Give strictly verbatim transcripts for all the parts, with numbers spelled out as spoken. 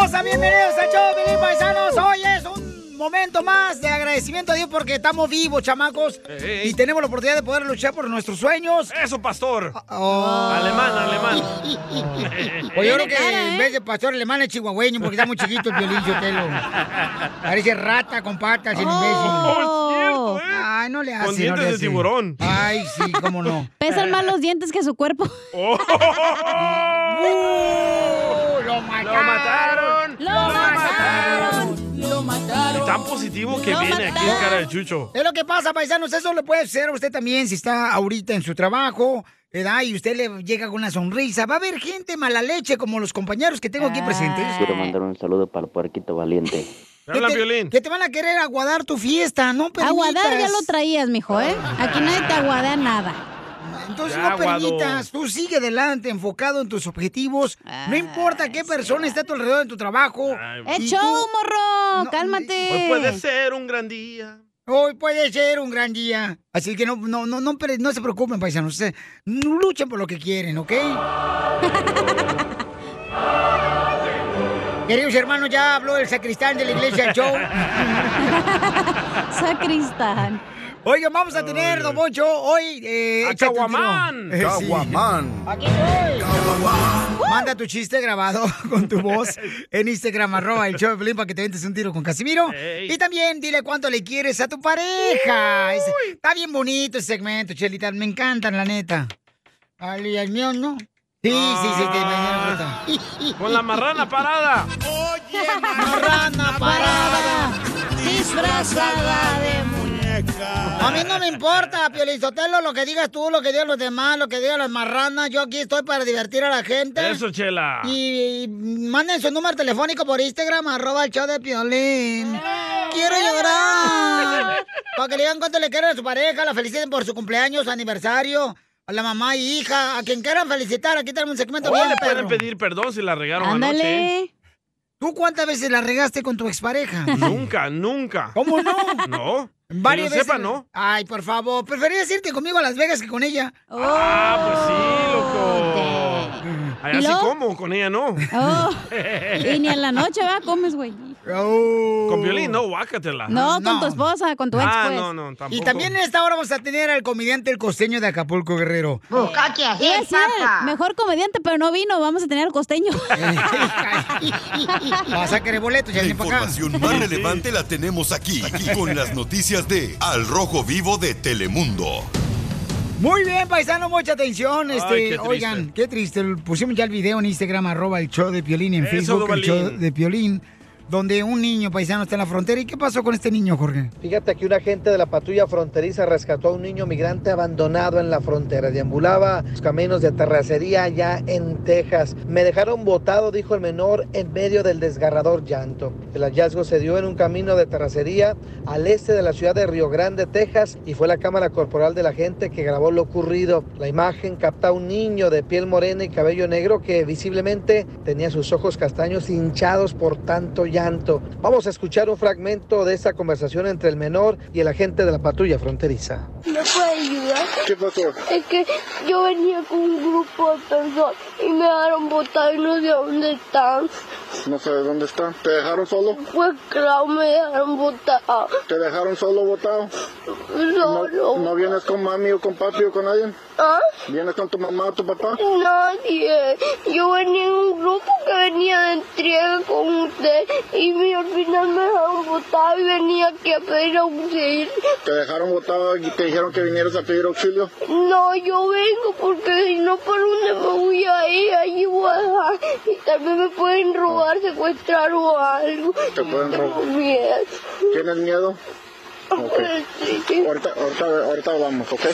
hermosa! Bienvenidos al show, Pelín Paisanos. Hoy es un momento más de agradecimiento a Dios porque estamos vivos, chamacos. Ey, ey. Y tenemos la oportunidad de poder luchar por nuestros sueños. ¡Eso, pastor! Oh. Alemán, alemán. Pues yo creo que cara, ¿eh? En vez de pastor alemán es chihuahueño porque está muy chiquito el Piolín Sotelo. Parece rata con patas, el imbécil. Oh, es cierto, ¿eh? Ay, no le hace. Con dientes no le de hace. tiburón. Ay, sí, cómo no. Pesan más los dientes que su cuerpo. Oh. Uh, ¡Lo mataron! ¡Lo mataron! ¡Lo mataron! ¡Lo mataron! Tan positivo que Lo viene mataron. aquí en cara de Chucho. Es lo que pasa, paisanos. Eso le puede hacer a usted también si está ahorita en su trabajo, ¿verdad? Y usted le llega con una sonrisa. Va a haber gente mala leche como los compañeros que tengo aquí presentes. Quiero mandar un saludo para el puerquito valiente. Que te, que te van a querer aguadar tu fiesta, no permitas. Aguadar ya lo traías, mijo, ¿eh? Aquí nadie te aguadea nada. Entonces Ya, no permitas, aguado. tú sigue adelante, enfocado en tus objetivos. No importa qué persona esté a tu alrededor en tu trabajo. Ay, ¡Eh, Y show, tú- morro! No, ¡Cálmate! Hoy puede ser un gran día. Hoy puede ser un gran día. Así que no, no, no, no, pre- no se preocupen, paisanos. Ustedes luchen por lo que quieren, ¿ok? Queridos hermanos, ya habló el sacristán de la iglesia show. Sacristán. Oigan, vamos a tener, Don Poncho, hoy... Eh, ¡A échate un Caguamán! tiro. Eh, sí. Caguamán. Aquí estoy. Manda tu chiste grabado con tu voz en Instagram, arroba el show de Pelín, para que te ventes un tiro con Casimiro. Ey. Y también dile cuánto le quieres a tu pareja. Es- está bien bonito ese segmento, Chelita. Me encantan, la neta. Al, y el mío, ¿no? Sí, sí, sí, que mañana gusta. Con la marrana parada. Marrana parada, Disfrazada de muñeca. A mí no me importa, Piolizotelo, lo que digas tú, lo que digan los demás, lo que digan las marranas. Yo aquí estoy para divertir a la gente. Eso, Chela. Y, y manden su número telefónico por Instagram, arroba el show de Piolín. Quiero llorar. Para que le digan cuánto le quieren a su pareja, la feliciten por su cumpleaños, su aniversario, a la mamá y hija, a quien quieran felicitar. Aquí tenemos un segmento O bien, le pueden perro. pedir perdón si la regaron anoche. Ándale. ¿Tú cuántas veces la regaste con tu expareja? Nunca, nunca. ¿Cómo no? No. Varias que yo veces. sepa, ¿no? Ay, por favor, preferías irte conmigo a Las Vegas que con ella. Ah, pues sí, loco. Allá ¿Y sí luego? como, con ella no. Oh. Y ni en la noche, va, comes, güey. Oh. Con violín, no, guácatela. No, con No. tu esposa, con tu ex, Ah, pues. no, no, tampoco. Y también en esta hora vamos a tener al comediante El Costeño de Acapulco, Guerrero. Busca que Iba a hacer, decir el papá. mejor comediante, pero no vino. Vamos a tener al costeño. Vas a querer boletos, ya La viene para acá. información más relevante la tenemos aquí, aquí, con las noticias de Al Rojo Vivo de Telemundo. Muy bien, paisano, mucha atención. Este, Ay, qué triste. oigan, qué triste. Pusimos ya el video en Instagram, arroba el show de Piolín, en Eso, Facebook, el show Duvalín. de Piolín, donde un niño paisano está en la frontera. ¿Y qué pasó con este niño, Jorge? Fíjate que un agente de la patrulla fronteriza rescató a un niño migrante abandonado en la frontera. Deambulaba los caminos de terracería allá en Texas. Me dejaron botado, dijo el menor, en medio del desgarrador llanto. El hallazgo se dio en un camino de terracería al este de la ciudad de Río Grande, Texas, y fue la cámara corporal del agente que grabó lo ocurrido. La imagen capta a un niño de piel morena y cabello negro que visiblemente tenía sus ojos castaños hinchados por tanto llanto. Vamos a escuchar un fragmento de esa conversación entre el menor y el agente de la patrulla fronteriza. ¿Me puede ayudar? ¿Qué pasó? Es que yo venía con un grupo de personas y me dejaron botar y no sé dónde están. No sé dónde están. ¿Te dejaron solo? Pues claro, me dejaron botar. ¿Te dejaron solo botado? Solo. ¿No, no vienes con mami o con papi o con alguien? ¿Ah? ¿Vienes con tu mamá o tu papá? Nadie. Yo venía en un grupo que venía de entrega con usted y me- al final me dejaron botar y venía aquí a pedir auxilio. ¿Te dejaron botado y te dijeron que vinieras a pedir auxilio? No, yo vengo porque si no, ¿por dónde me voy a ir? Allí voy a dejar y tal vez me pueden robar, secuestrar o algo. Te pueden Tengo robar. miedo. ¿Tienes miedo? Ok. Sí. Ahorita, ahorita, ahorita vamos, ¿ok?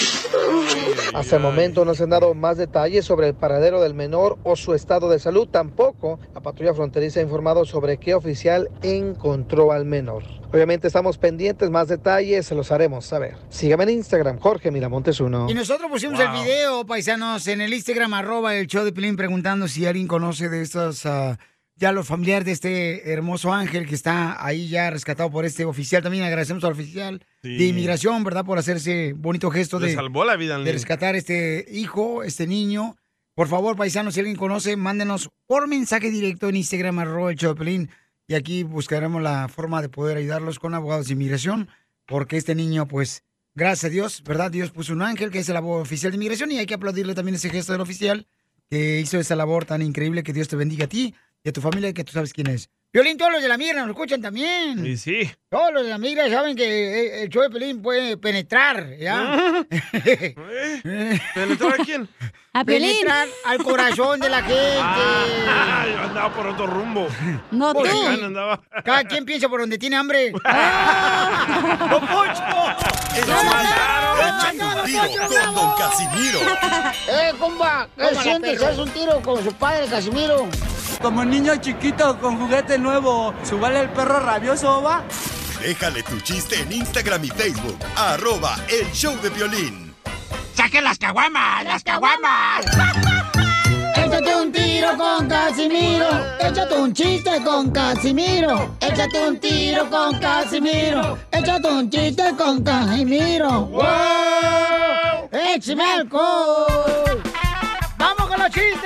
Hasta el momento no se han dado más detalles sobre el paradero del menor o su estado de salud. Tampoco la patrulla fronteriza ha informado sobre qué oficial encontró al menor. Obviamente estamos pendientes, más detalles se los haremos saber. Sígame en Instagram, Jorge Miramontes uno. Y nosotros pusimos Wow. el video, paisanos, en el Instagram, arroba el show de Piolín, preguntando si alguien conoce de estos, ah, ya los familiares de este hermoso ángel que está ahí ya rescatado por este oficial. También agradecemos al oficial Sí. de inmigración, ¿verdad? Por hacer ese bonito gesto Le de, salvó la vida al de niño. rescatar este hijo, este niño, Por favor, paisanos, si alguien conoce, mándenos por mensaje directo en Instagram, arroba el show de Piolín, y aquí buscaremos la forma de poder ayudarlos con abogados de inmigración, porque este niño, pues, gracias a Dios, ¿verdad? Dios puso un ángel que es el abogado oficial de inmigración y hay que aplaudirle también ese gesto del oficial que hizo esa labor tan increíble. Que Dios te bendiga a ti y a tu familia, que tú sabes quién es. Piolín, todos los de la migra nos escuchan también. Y sí. Todos los de la migra saben que el show de Piolín puede penetrar, ¿ya? ¿Penetrar a quién? A Piolín. Penetrar al corazón de la gente. Ah, yo andaba por otro rumbo. No, Por tú. acá andaba. Cada quien piensa por donde tiene hambre. ¡Don Poncho! Échate un tiro con Don Casimiro. ¡Eh, compa! ¿Qué sientes? ¿Haz un tiro con su padre, Casimiro? Como niño chiquito con juguete nuevo, ¿subale el perro rabioso, va? Déjale tu chiste en Instagram y Facebook. Arroba El Show de Piolín. ¡Saquen las caguamas! ¡Las caguamas! Échate un tiro con Casimiro. Échate un chiste con Casimiro. Échate un tiro con Casimiro. Échate un chiste con Casimiro. ¡Wow! ¡Échame alcohol! ¡Vamos con los chistes!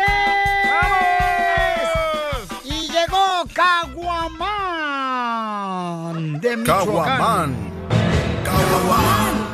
Y llegó Caguamán de Michoacán. Caguamán. Caguamán.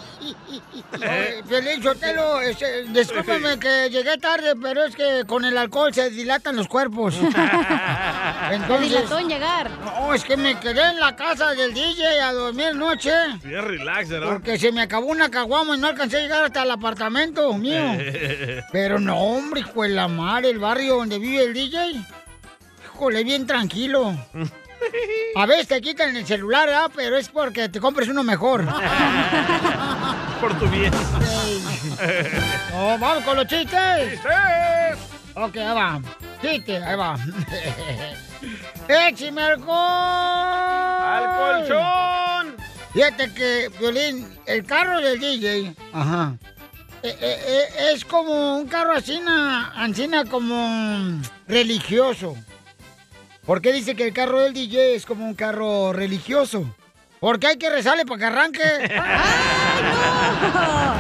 Piolín Sotelo, este, discúlpame que llegué tarde, pero es que con el alcohol se dilatan los cuerpos. Te dilató en llegar. No, es que me quedé en la casa del D J a dormir anoche. Bien relax, ¿verdad? Porque se me acabó una caguama y no alcancé a llegar hasta el apartamento mío. Pero no, hombre, hijo de la madre, el barrio donde vive el D J. Híjole, bien tranquilo. A veces te quitan el celular, ¿verdad? Pero es porque te compres uno mejor. Por tu bien. No, vamos con los chistes. ¡Chistes! Ok, ahí va. Chiste, ahí va. ¡Échame alcohol! ¡Al colchón! Fíjate que, Violín, el carro del D J, ajá, eh, eh, eh, es como un carro asina, ansina como religioso. ¿Por qué dice que el carro del D J es como un carro religioso? Porque hay que rezarle para que arranque. ¡Ay, no!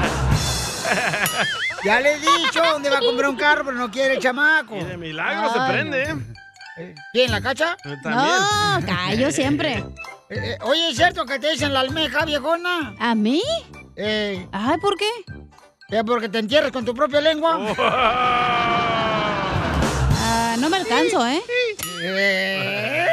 Ya le he dicho dónde va a comprar un carro, pero no quiere el chamaco. Y de milagro se Ay, prende, ¿eh? ¿Quién, la cacha? Eh, También. No, callo siempre. Eh, eh, oye, ¿es cierto que te dicen la almeja, viejona? ¿A mí? Eh, Ay, ¿por qué? eh, porque te entierras con tu propia lengua. Oh. Ah, no me alcanzo, ¿eh? Eh.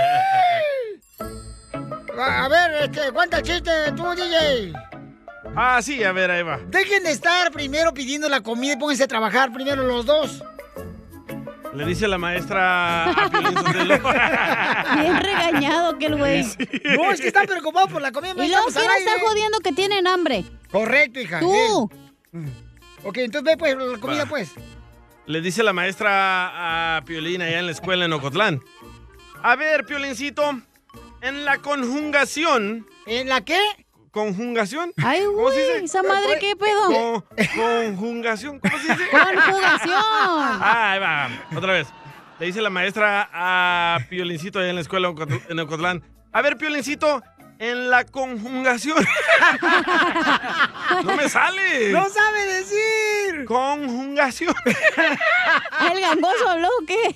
A ver, este, cuenta el chiste tú, D J. Ah, sí, a ver, ahí va. Dejen de estar primero pidiendo la comida y pónganse a trabajar primero los dos. Le dice la maestra a Piolín Sotelo. Bien regañado aquel güey. Sí. No, es que están preocupados por la comida. Y luego, ¿quién está jodiendo que tienen hambre? Correcto, hija. Tú. Bien. Ok, entonces ve pues la comida, Va. pues. Le dice la maestra a Piolín allá en la escuela en Ocotlán. A ver, Piolincito, en la conjugación... ¿En la qué? ¿Conjugación? Ay, ¿Cómo se güey, dice? esa madre, ¿qué pedo? Co- conjugación, ¿cómo se dice? Conjugación. Ah, ahí va, otra vez. Le dice la maestra a Piolincito allá en la escuela en Ocotlán. A ver, Piolincito, en la conjugación. No me sale. ¡No sabe decir! Conjugación. ¿El gangoso habló o qué?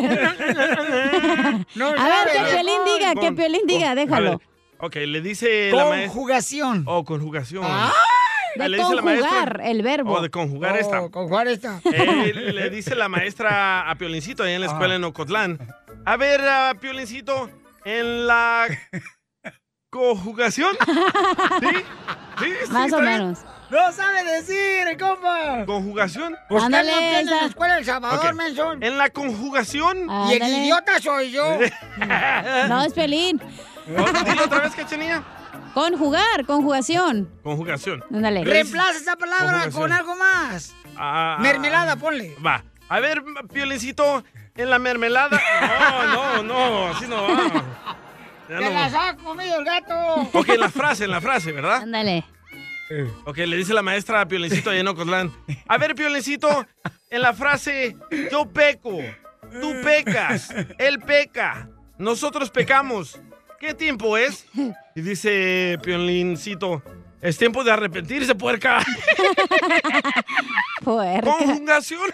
No A ver, sabe, que viejón. Piolín diga, que Con- Piolín diga, con- a déjalo. ver, ok, le dice la maestra... Conjugación. Oh, conjugación. De le dice la conjugar maestra- el verbo. Oh, de conjugar esta. Oh, conjugar esta. Eh, le dice la maestra a Piolincito allá en la escuela en Ocotlán. A ver, a Piolincito, en la conjugación. ¿Sí? ¿Sí? ¿Sí Más está o bien? menos. ¡No sabe decir, compa! ¿Conjugación? Pues que Ándale, no tiene en la esa. escuela El Salvador, Ok. menson. En la conjugación. Y el Ándale. idiota soy yo. No, es Piolín. Otra- dile otra vez, Cachanilla. Conjugar, conjugación. Conjugación. Ándale. Reemplaza esa palabra Conjugación. con algo más. Ah, Mermelada, ponle. Va. A ver, Piolincito, en la mermelada. No, no, no, así no va. Ya ¡Que no. las ha comido el gato! Ok, en la frase, en la frase, ¿verdad? Ándale. Ok, le dice la maestra a Piolincito allá en Ocotlán. A ver, Piolincito, en la frase, yo peco, tú pecas, él peca, nosotros pecamos. ¿Qué tiempo es? Y dice Piolincito, es tiempo de arrepentirse, puerca. Puerca. Conjugación.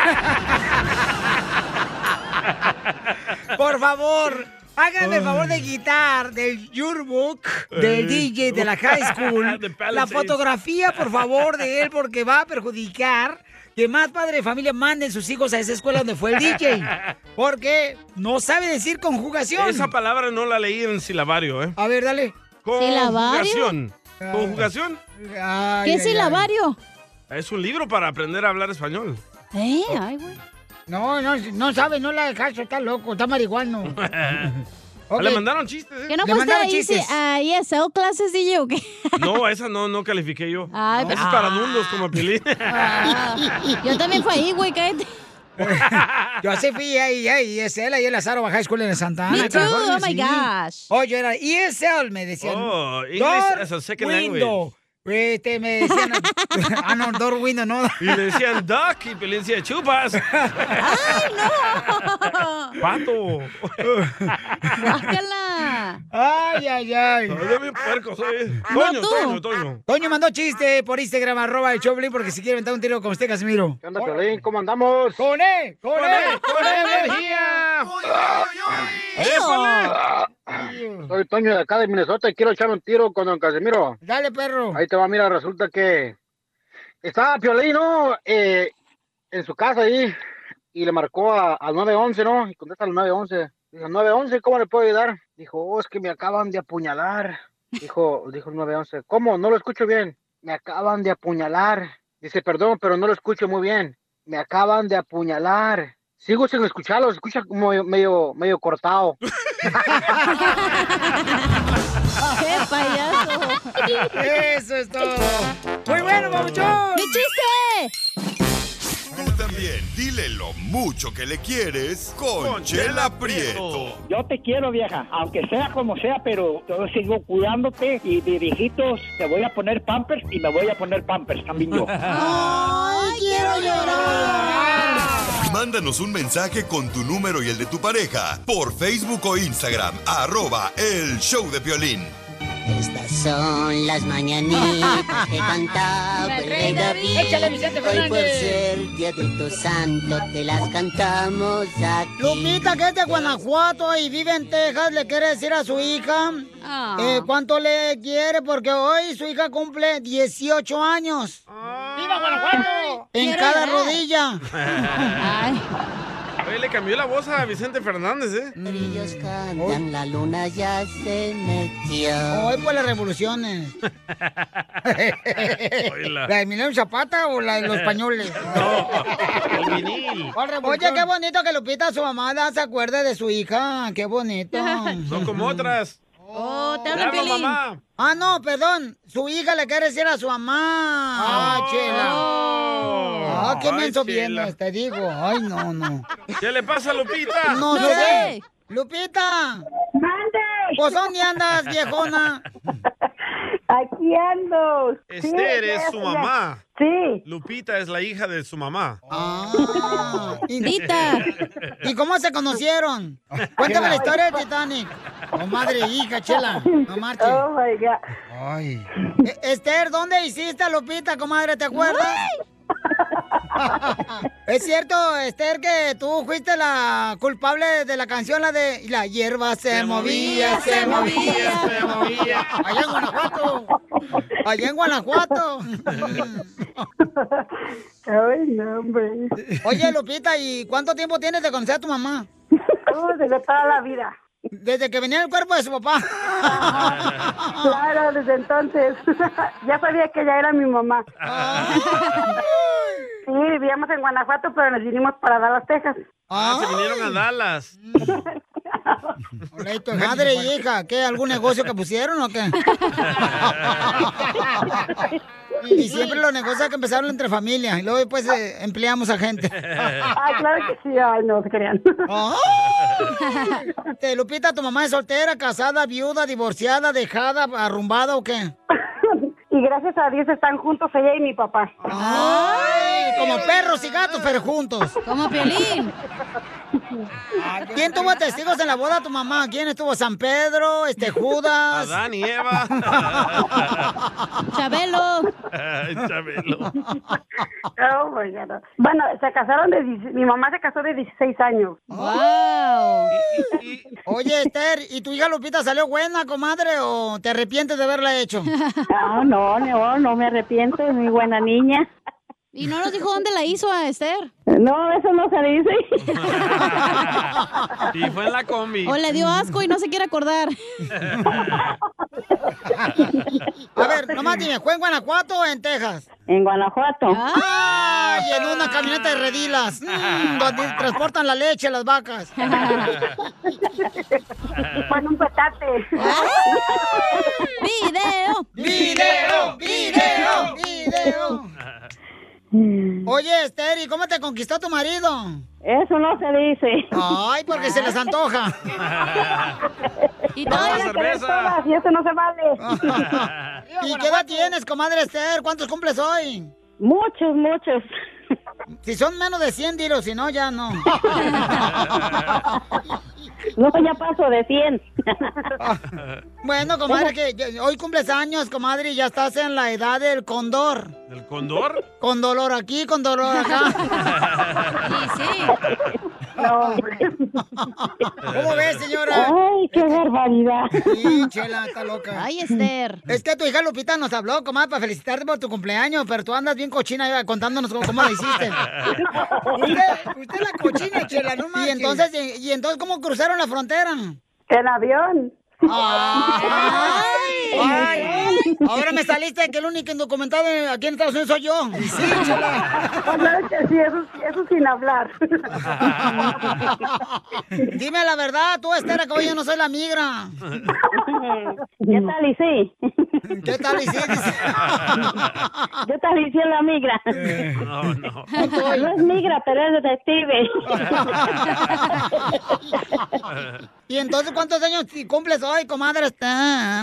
Por favor, háganme el favor de quitar del yearbook del D J de la high school De Palisades. la fotografía, por favor, de él, porque va a perjudicar que más padres de familia manden sus hijos a esa escuela donde fue el D J. Porque no sabe decir conjugación. Esa palabra no la leí en silabario, ¿eh? A ver, dale. Conjugación. ¿Conjugación? Ay, ¿Qué es ay, silabario? Es un libro para aprender a hablar español. Eh, ay, güey. No, no, no sabe, no la dejas, está loco, está marihuano. Ok. Le mandaron chistes, ¿eh? ¿Que no Le fuiste mandaron a chistes. E S L clases, D J, o qué? No, esa no, no califiqué yo. Ay, Esa es para nundos como Piolín. Ah, yo también fui ahí, güey, cállate. Yo así fui ahí, ahí, E S L, ahí en la Zaro High School en Santa Ana. Me too, California, oh my sí. gosh. Oh, yo era E S L, me decían. Oh, English Door as a second window. language. Este, me decían, ah, no, door window, no. Y le decían duck y Piolín decía chupas. ¡Ay, no! Pato. ¡Guácala! Ay, ay, ay. No, yo bien puerco soy. No, Toño, tú. Toño, Toño. Toño mandó chiste por Instagram, arroba el Choplin, porque si quiere aventar un tiro con usted, Casimiro. ¿Qué onda, Piolín? ¿Cómo andamos? ¡Con él! ¡Con ¡Con él! él! ¡Con energía! ¡Épale! Soy Toño de acá de Minnesota y quiero echar un tiro con don Casimiro. Dale, perro. Ahí te va, mira, resulta que estaba Piolín, ¿no? Eh, en su casa ahí y le marcó a- al nueve once, ¿no? Y contesta al nueve once. Dijo, nueve once, ¿cómo le puedo ayudar? Dijo, oh, es que me acaban de apuñalar. Dijo, dijo el nueve once, ¿cómo? No lo escucho bien. Me acaban de apuñalar. Dice, perdón, pero no lo escucho muy bien. Me acaban de apuñalar. Sigo sin escucharlo, se escucha como medio, medio cortado. ¡Qué payaso! Eso es todo. Muy bueno, babuchón. ¡Mi chiste! Tú también, dile lo mucho que le quieres con, Con Chela Chela Prieto. Prieto. Yo te quiero, vieja, aunque sea como sea, pero yo sigo cuidándote y de viejitos te voy a poner pampers y me voy a poner pampers también yo. ¡Ay, quiero llorar! Mándanos un mensaje con tu número y el de tu pareja por Facebook o Instagram, arroba el show de Piolín. Estas son las mañanitas que cantaba el rey David. Échale, Vicente Hoy por Fernández. ser día de tu santo te las cantamos aquí. Lupita, que es de Guanajuato y vive en Texas, le quiere decir a su hija Ah. eh, cuánto le quiere, porque hoy su hija cumple dieciocho años. ¡Viva Guanajuato! En quiero cada llorar. rodilla. Ay, Oye, le cambió la voz a Vicente Fernández, ¿eh? Ellos cantan, la luna ya se metió. Hoy por las revoluciones. Oíla. ¿La de Emiliano Zapata o la de los españoles? No, el vinil. Oye, qué bonito que Lupita, su mamá, se acuerde de su hija. Qué bonito. Son como otras. oh, te Le hablo, hablo, Piolín. mamá. Ah, no, perdón. Su hija le quiere decir a su mamá. Ah, chela. Oh. Ah, qué Ay, menso Chela. vienes, te digo. Ay, no, no. ¿Qué le pasa a Lupita? No, No sé. sé. Lupita. ¡Mande! Pues, ¿dónde andas, viejona? Aquí ando. Esther Sí, es ya, su ya. mamá. Sí. Lupita es la hija de su mamá. Ah, y, Dita. ¿Y cómo se conocieron? Cuéntame la historia del Titanic. Oh, madre e hija, chela. No marches. Oh my God. Ay. E- Esther, ¿dónde hiciste a Lupita, comadre? ¿Te acuerdas? Es cierto, Esther, que tú fuiste la culpable de la canción, la de La hierba se, movía, se movía, se movía. Allá en Guanajuato. Allá en Guanajuato. Ay, no, hombre. Oye, Lupita, ¿y cuánto tiempo tienes de conocer a tu mamá? Oh, desde toda la vida. Desde que venía en el cuerpo de su papá. Claro, desde entonces. Ya sabía que ella era mi mamá. Sí, vivíamos en Guanajuato, pero nos vinimos para Dallas, Texas. Ah, se vinieron a Dallas. Pleito, madre y hija, ¿qué? ¿Algún negocio que pusieron o qué? Y siempre los negocios que empezaron entre familia y luego después eh, empleamos a gente. Ay, claro que sí. Ay, no, se crean. Te, Lupita, ¿tu mamá es soltera, casada, viuda, divorciada, dejada, arrumbada o qué? Y gracias a Dios están juntos ella y mi papá. ¡Ay! como perros y gatos, pero juntos. Como Piolín. ¿Quién tuvo testigos en la boda de tu mamá? ¿Quién estuvo? ¿San Pedro? Este, ¿Judas? Adán y Eva. Chabelo. Chabelo. Oh, my God. Bueno, se casaron de... dieci- Mi mamá se casó de dieciséis años. ¡Wow! Oye, Esther, ¿y tu hija Lupita salió buena, comadre, o te arrepientes de haberla hecho? No, no, no, no me arrepiento, es muy buena niña. ¿Y no nos dijo dónde la hizo a Esther? No, eso no se dice. Y fue en la combi. O le dio asco y no se quiere acordar. A ver, nomás dime, ¿fue en Guanajuato o en Texas? En Guanajuato. ¡Ay! En una camioneta de redilas, mm, donde transportan la leche a las vacas. Fue en un petate. ¡Video! ¡Video! ¡Video! ¡Video! Oye, Esther, ¿y cómo te conquistó tu marido? Eso no se dice. Ay, porque se les antoja. Y No, todavía ya querés todas, y eso no se vale. ¿Y qué edad tienes, comadre Esther? ¿Cuántos cumples hoy? Muchos, muchos. Si son menos de cien, dilo, si no, ya no. No, ya paso de cien. Bueno, comadre, que que hoy cumples años, comadre, y ya estás en la edad del cóndor. ¿Del cóndor? Con dolor aquí, con dolor acá. Sí, sí. No. ¿Cómo ves, señora? Ay, qué barbaridad. Sí, Chela, está loca. Ay, Esther. Es que tu hija Lupita nos habló, comadre, para felicitarte por tu cumpleaños, pero tú andas bien cochina ya, contándonos cómo, cómo lo hiciste. usted, usted la cochina, Chela, no manches. Y entonces, y, y entonces, ¿cómo cruzaron la frontera? En avión. Ay, ay, ahora me saliste que el único indocumentado aquí en Estados Unidos soy yo. Sí, Chela. Claro que sí, eso, eso sin hablar. Dime la verdad, tú, Esther, que yo no soy la migra. ¿Qué tal y sí? ¿Qué tal y sí? ¿Qué tal y sí es la migra? No, no. No es migra, pero es detective. Y entonces, ¿cuántos años cumples hoy, comadre Esther?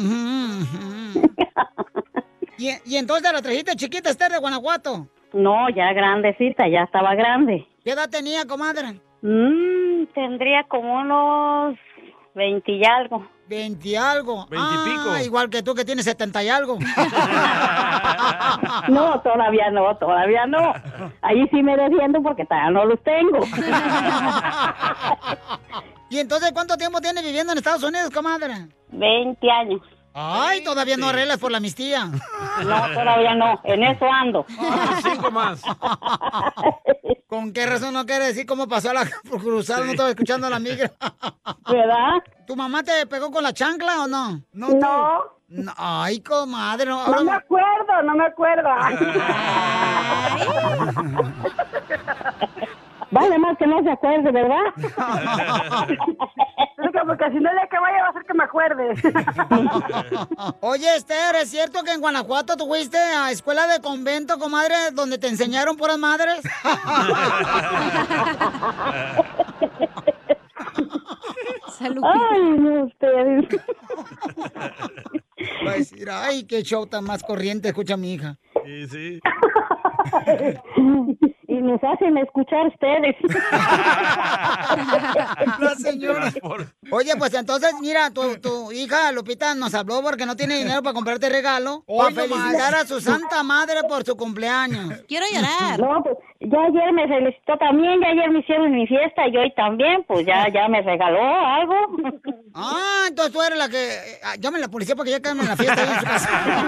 ¿Y, y entonces te la trajiste chiquita, Esther, de Guanajuato? No, ya grandecita, ya estaba grande. ¿Qué edad tenía, comadre? Mm, tendría como unos veinte y algo. Veinte y algo. Veintipico. Ah, igual que tú que tienes setenta y algo. No, todavía no, todavía no. Ahí sí me defiendo porque todavía no los tengo. ¿Y entonces cuánto tiempo tienes viviendo en Estados Unidos, comadre? Veinte años. Ay, todavía no arreglas por la amnistía. No, todavía no. En eso ando. Ah, cinco más. ¿Con qué razón no quiere decir cómo pasó a la por cruzar? No estaba escuchando a la migra. ¿Verdad? ¿Tu mamá te pegó con la chancla o no? No. tú. No, No, ay, comadre. No, no ahora- me acuerdo, no me acuerdo. Vale más que no se acuerde, ¿verdad? Porque si no le que vaya va a ser que me acuerde. Oye, Esther, ¿es cierto que en Guanajuato tú fuiste a escuela de convento, comadre, donde te enseñaron puras madres? Salud. Ay, no, ustedes. Va a decir, ay, qué show tan más corriente, escucha mi hija. Sí, sí. Y nos hacen escuchar ustedes. La señora. Oye, pues entonces, mira, tu, tu hija Lupita nos habló porque no tiene dinero para comprarte regalo. Hoy Para no felicitar más. a su santa madre por su cumpleaños. Quiero llorar. No, pues ya ayer me felicitó también, ya ayer me hicieron mi fiesta y hoy también, pues ya, ya me regaló algo. Ah, entonces tú eres la que... ah, llame a la policía porque ya quedan en la fiesta ahí en su casa.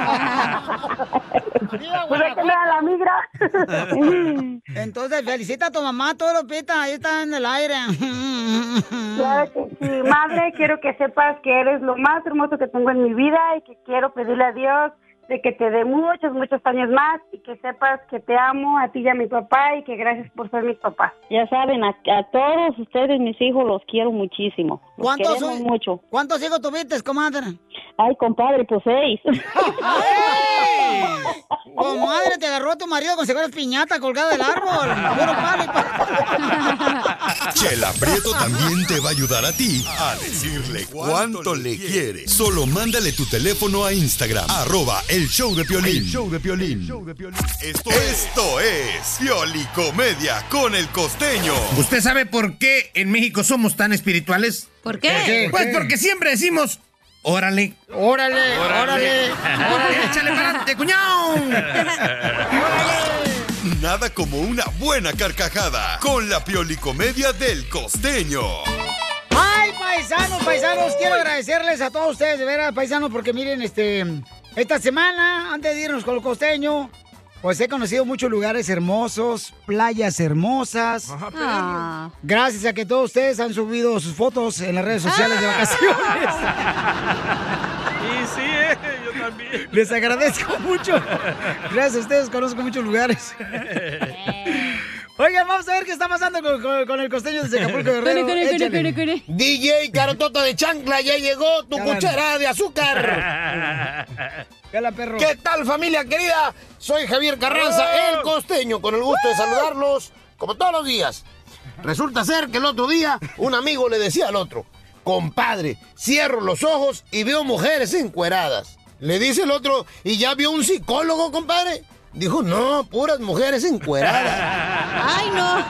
Pues es que me da la migra. Entonces, felicita a tu mamá, todo Lupita, ahí está en el aire. Claro que sí, madre, quiero que sepas que eres lo más hermoso que tengo en mi vida y que quiero pedirle a Dios de que te dé muchos, muchos años más y que sepas que te amo a ti y a mi papá y que gracias por ser mis papás. Ya saben, a, a todos ustedes, mis hijos, los quiero muchísimo. Los ¿Cuántos, queremos son- mucho. ¿Cuántos hijos tuviste, comadre? Ay, compadre, pues seis. ¡Ay! Comadre, te agarró a tu marido con seguros piñata colgado del árbol. Puro palo y palo. Chela Prieto también te va a ayudar a ti a decirle cuánto le quiere. Solo mándale tu teléfono a Instagram, arroba el show de Piolín. El show de Piolín. Esto, Esto es Piolicomedia con el Costeño. ¿Usted sabe por qué en México somos tan espirituales? ¿Por qué? ¿Por qué? Pues porque siempre decimos, órale. Órale, órale, órale. Échale para adelante, cuñao. Nada como una buena carcajada con la Piolicomedia del Costeño. Ay, paisanos, paisanos, quiero agradecerles a todos ustedes, de veras, paisanos, porque miren, este, esta semana, antes de irnos con el Costeño, pues he conocido muchos lugares hermosos, playas hermosas. Ah. Gracias a que todos ustedes han subido sus fotos en las redes sociales de vacaciones. Y sí, eh, yo también. Les agradezco mucho. Gracias a ustedes, conozco muchos lugares. Oigan, vamos a ver qué está pasando con, con- con el Costeño de Acapulco Guerrero. Échale. D J Carotota de Chancla, ya llegó tu Cabrón. cuchara de azúcar. Cala, perro. ¿Qué tal, familia querida? Soy Javier Carranza, el Costeño, con el gusto de saludarlos como todos los días. Resulta ser que el otro día un amigo le decía al otro, compadre, cierro los ojos y veo mujeres encueradas. Le dice el otro, ¿y ya vio un psicólogo, compadre? Dijo, no, puras mujeres encueradas. ¡Ay, no!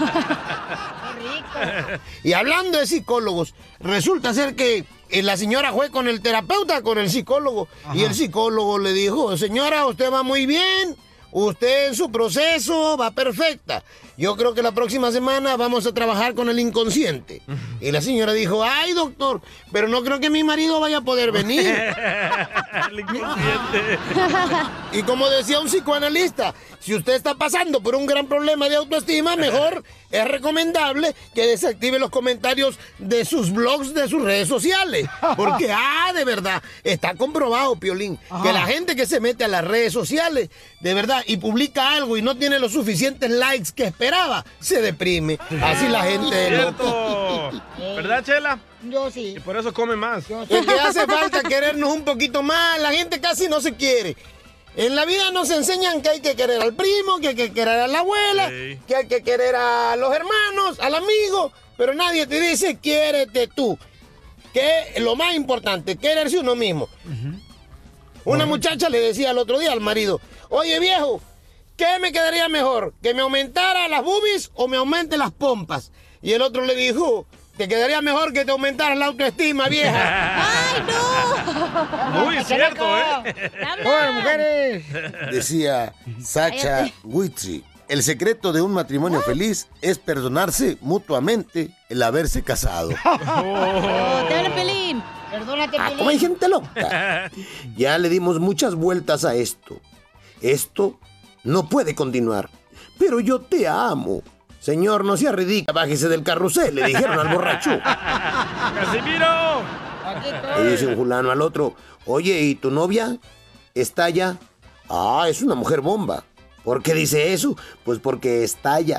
Y hablando de psicólogos, resulta ser que eh, la señora fue con el terapeuta, con el psicólogo, y el psicólogo le dijo, señora, usted va muy bien, usted en su proceso va perfecta. Yo creo que la próxima semana vamos a trabajar con el inconsciente. Y la señora dijo, ay, doctor, pero no creo que mi marido vaya a poder venir. El inconsciente. Y como decía un psicoanalista, si usted está pasando por un gran problema de autoestima, mejor es recomendable que desactive los comentarios de sus blogs, de sus redes sociales. Porque, ah, de verdad, está comprobado, Piolín, que la gente que se mete a las redes sociales, de verdad, y publica algo y no tiene los suficientes likes que esperaba, se deprime. Así la gente es loca. Cierto. ¿Verdad, Chela? Yo sí. Y por eso come más. Es que hace falta querernos un poquito más. La gente casi no se quiere. En la vida nos enseñan que hay que querer al primo, que hay que querer a la abuela, Sí. que hay que querer a los hermanos, al amigo, pero nadie te dice quiérete tú. Que lo más importante, quererse uno mismo. Una muchacha le decía el otro día al marido, oye viejo, ¿qué me quedaría mejor? ¿Que me aumentara las boobies o me aumente las pompas? Y el otro le dijo, te quedaría mejor que te aumentaras la autoestima, vieja. ¡Ay, no! Muy cierto, ¿eh? ¡Hola, mujeres! Decía Sacha Guitry, el secreto de un matrimonio feliz es perdonarse mutuamente el haberse casado. Oh, ¡te habla Pelín! Perdónate, Ah, Pelín. como hay gente loca. Ya le dimos muchas vueltas a esto. Esto no puede continuar. Pero yo te amo. Señor, no sea ridículo. Bájese del carrusel, le dijeron al borracho. ¡Casimiro! Le dice un fulano al otro, oye, ¿y tu novia? ¿Está allá? Ah, es una mujer bomba. ¿Por qué dice eso? Pues porque estalla.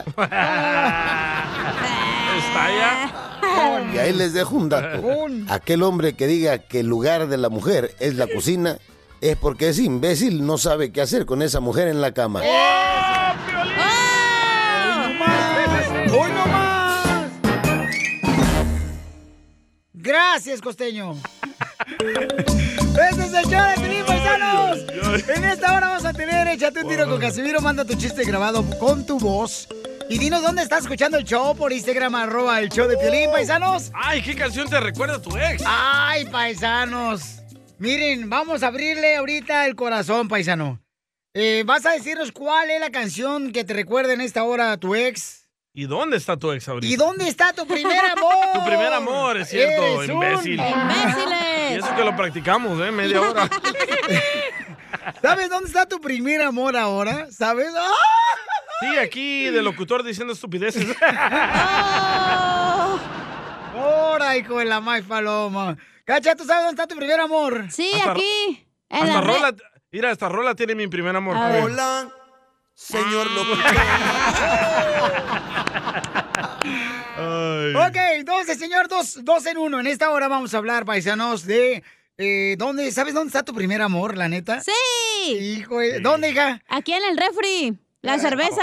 ¿Estalla? Y ahí les dejo un dato. Aquel hombre que diga que el lugar de la mujer es la cocina es porque ese imbécil no sabe qué hacer con esa mujer en la cama. ¡Hoy no más! Gracias, Costeño. Este es el show de Piolín, paisanos. En esta hora vamos a tener Échate un tiro con Casimiro. Manda tu chiste grabado con tu voz. Y dinos dónde estás escuchando el show por Instagram, arroba el show de Piolín, paisanos. Ay, ¿qué canción te recuerda a tu ex? Ay, paisanos. Miren, vamos a abrirle ahorita el corazón, paisano. Eh, ¿Vas a decirnos cuál es la canción que te recuerda en esta hora a tu ex? ¿Y dónde está tu ex ahorita? ¿Y dónde está tu primer amor? Tu primer amor, es cierto, Eres un imbécil. imbéciles. Y eso que lo practicamos, ¿eh? Media hora. ¿Sabes dónde está tu primer amor ahora? ¿Sabes? ¡Ah! Sí, aquí de locutor diciendo estupideces. ¡Hora, hijo de la más paloma! Cacha, ¿tú sabes dónde está tu primer amor? Sí, Hasta- aquí. En Hasta la red. rola, mira, esta rola tiene mi primer amor. A ver. Hola, señor locutor. Ay. Ok, entonces, señor, dos, dos en uno. En esta hora vamos a hablar, paisanos, de eh, ¿dónde, ¿sabes dónde está tu primer amor, la neta? ¡Sí! Hijo, de- ¿dónde, hija? Aquí en el refri. La cerveza.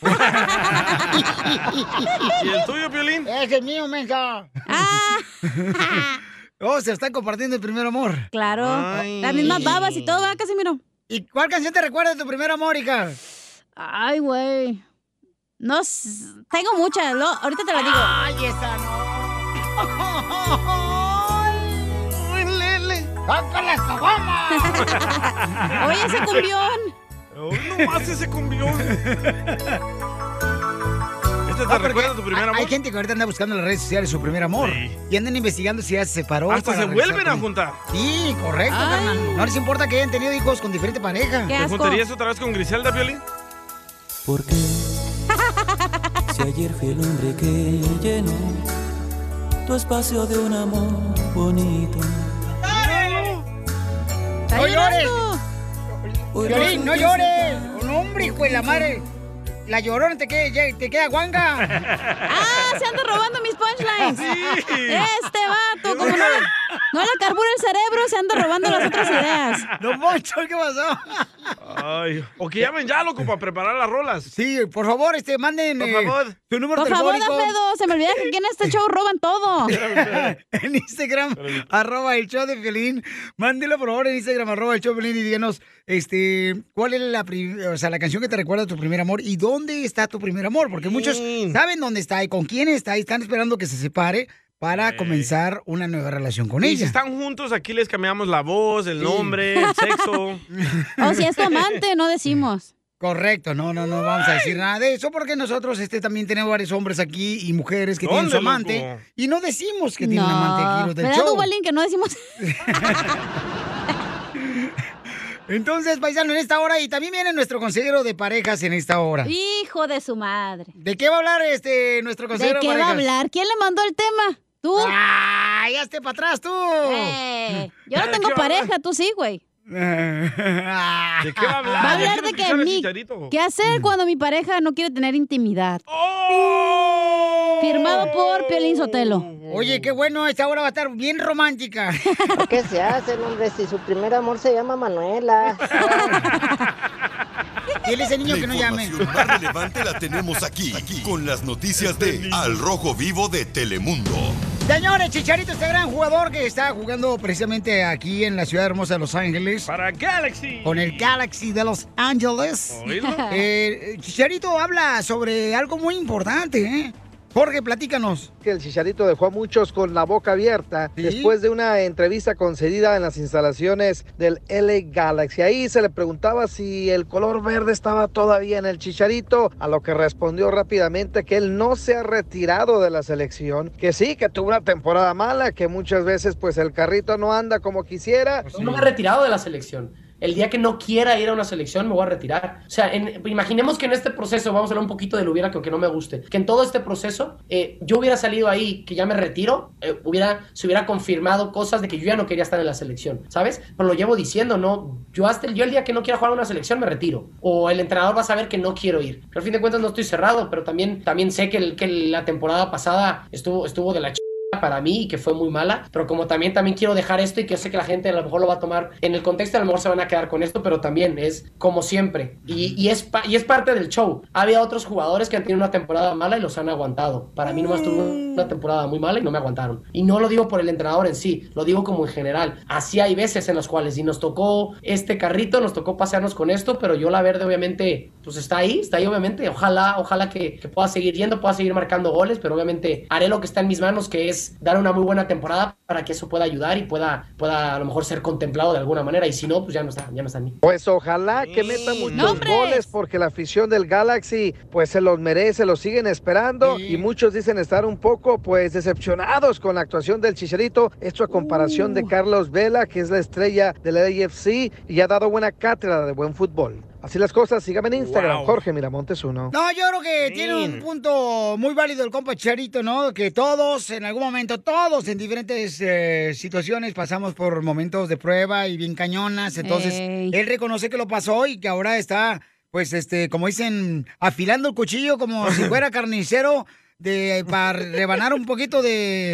¿Y el tuyo, Piolín? Es el mío, mensa. Ah. Oh, se están compartiendo el primer amor. Claro. Ay. Las mismas babas y todo, ¿verdad, Casimiro? ¿Y cuál canción te recuerda de tu primer amor, hija? Ay, güey. No, s- tengo muchas. lo- ahorita te la digo. Ay, esa no. Ay, Lele. ¡Saca las caguamas! Oye, ese cumbión. Hoy no más ese cumbión. ¿Este te Ah, recuerda tu primer hay, amor? hay gente que ahorita anda buscando en las redes sociales su primer amor. Y andan investigando si ya se separó. Hasta para se regresar vuelven con a él. juntar. Sí, correcto, Ay. carnal. No les importa que hayan tenido hijos con diferente pareja. Qué ¿Te asco. juntarías otra vez con Griselda, Piolín? ¿Por qué? Si ayer fui el hombre que llenó tu espacio de un amor bonito. ¡No llores! Hoy Piolín, no resulta llores. Un hombre, hijo de la madre. La llorona te queda, te queda guanga. Ah, se anda robando mis punchlines. Sí. Este vato, como no le, no le carbura el cerebro, se anda robando las otras ideas. Don Poncho, ¿qué pasó? Ay, o que llamen ya, loco, para preparar las rolas. Sí, por favor, este, manden Por eh, favor. su número Por favor, telefónico. Alfredo, se me olvida que aquí en este show roban todo. En Instagram, arroba el show de Piolín. Mándelo, por favor, en Instagram, arroba el show de Piolín y díganos, este, cuál es la, pri- o sea, la canción que te recuerda a tu primer amor y dónde está tu primer amor. Porque muchos saben dónde está y con quién está y están esperando que se separe para comenzar una nueva relación con Y si ella. están juntos, aquí les cambiamos la voz, el nombre, el sexo. O si es tu amante, no decimos. Correcto, no, no, no vamos a decir nada de eso porque nosotros este también tenemos varios hombres aquí y mujeres que tienen su ¿Dónde, amante loco? y no decimos que tienen un amante aquí los del ¿Verdad, show. Duvalín, que no decimos? Entonces, paisano, en esta hora y también viene nuestro consejero de parejas en esta hora. Hijo de su madre. ¿De qué va a hablar este nuestro ¿De consejero qué de va a parejas? hablar? ¿Quién le mandó el tema? ¿Tú? ¡Ah! ¡Ya esté para atrás tú! Eh, yo no ¿De tengo qué va a pareja, tú sí, güey. ¿De qué va a hablar? Va a Ya hablar quiero de que escuchar a mi, Chicharito. qué hacer cuando mi pareja no quiere tener intimidad. ¡Oh! Firmado por Piolín Sotelo. Oye, qué bueno, esta hora va a estar bien romántica. ¿Qué se hace, hombre? Si su primer amor se llama Manuela. Dile a ese niño La que no llame. información más relevante la tenemos aquí, aquí, con las noticias de Al Rojo Vivo de Telemundo. Señores, Chicharito, este gran jugador que está jugando precisamente aquí en la ciudad hermosa de Los Ángeles. Para Galaxy. Con el Galaxy de Los Ángeles. ¿Oído? Eh, Chicharito habla sobre algo muy importante, ¿eh? Jorge, platícanos. Que el Chicharito dejó a muchos con la boca abierta ¿Sí? después de una entrevista concedida en las instalaciones del L A Galaxy. Ahí se le preguntaba si el color verde estaba todavía en el Chicharito, a lo que respondió rápidamente que él no se ha retirado de la selección, que sí, que tuvo una temporada mala, que muchas veces pues el carrito no anda como quisiera. No me he retirado de la selección. El día que no quiera ir a una selección me voy a retirar. O sea, en- imaginemos que en este proceso, vamos a hablar un poquito del hubiera que aunque no me guste, que en todo este proceso eh, yo hubiera salido ahí, que ya me retiro, eh, hubiera, se hubiera confirmado cosas de que yo ya no quería estar en la selección, ¿sabes? Pero lo llevo diciendo, ¿no? Yo hasta el, yo el día que no quiera jugar a una selección me retiro. O el entrenador va a saber que no quiero ir. Pero al fin de cuentas no estoy cerrado, pero también, también sé que, el, que la temporada pasada estuvo, estuvo de la ch... para mí y que fue muy mala, pero como también también quiero dejar esto y que sé que la gente a lo mejor lo va a tomar en el contexto, a lo mejor se van a quedar con esto, pero también es como siempre y, y, es, pa- y es parte del show. Había otros jugadores que han tenido una temporada mala y los han aguantado. Para mí nomás tuve una temporada muy mala y no me aguantaron. Y no lo digo por el entrenador en sí, lo digo como en general. Así hay veces en las cuales y nos tocó este carrito, nos tocó pasearnos con esto, pero yo la verde obviamente pues está ahí, está ahí obviamente. Ojalá, ojalá que, que pueda seguir yendo, pueda seguir marcando goles, pero obviamente haré lo que está en mis manos, que es dar una muy buena temporada para que eso pueda ayudar y pueda, pueda a lo mejor ser contemplado de alguna manera, y si no, pues ya no está, ya no está en mí. Pues ojalá que meta muchos ¡Nombres! goles porque la afición del Galaxy pues se los merece, los siguen esperando y muchos dicen estar un poco pues decepcionados con la actuación del Chicharito, esto a comparación de Carlos Vela, que es la estrella del A F C y ha dado buena cátedra de buen fútbol. Así las cosas, síganme en Instagram, Wow. Jorge Miramontes uno. No, yo creo que tiene un punto muy válido el compa Chicharito, ¿no? Que todos, en algún momento, todos en diferentes eh, situaciones pasamos por momentos de prueba y bien cañonas. Entonces, Ey. él reconoce que lo pasó y que ahora está, pues, este, como dicen, afilando el cuchillo como si fuera carnicero de para rebanar un poquito de,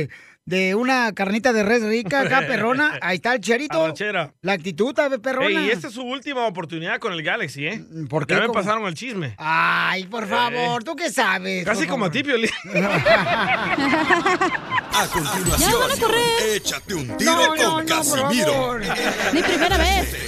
de una carnita de res rica acá, perrona. Ahí está el Cherito. Arrachera. La actitud, ¿sabes, perrona? Ey, y esta es su última oportunidad con el Galaxy, ¿eh? ¿Por qué? Ya me ¿Cómo? pasaron el chisme. Ay, por favor, ¿tú qué sabes? Casi Por como a favor. ti, Piolín. A continuación, Ya van a correr. échate un tiro No, con no, no, por Casimiro. favor. Mi primera vez.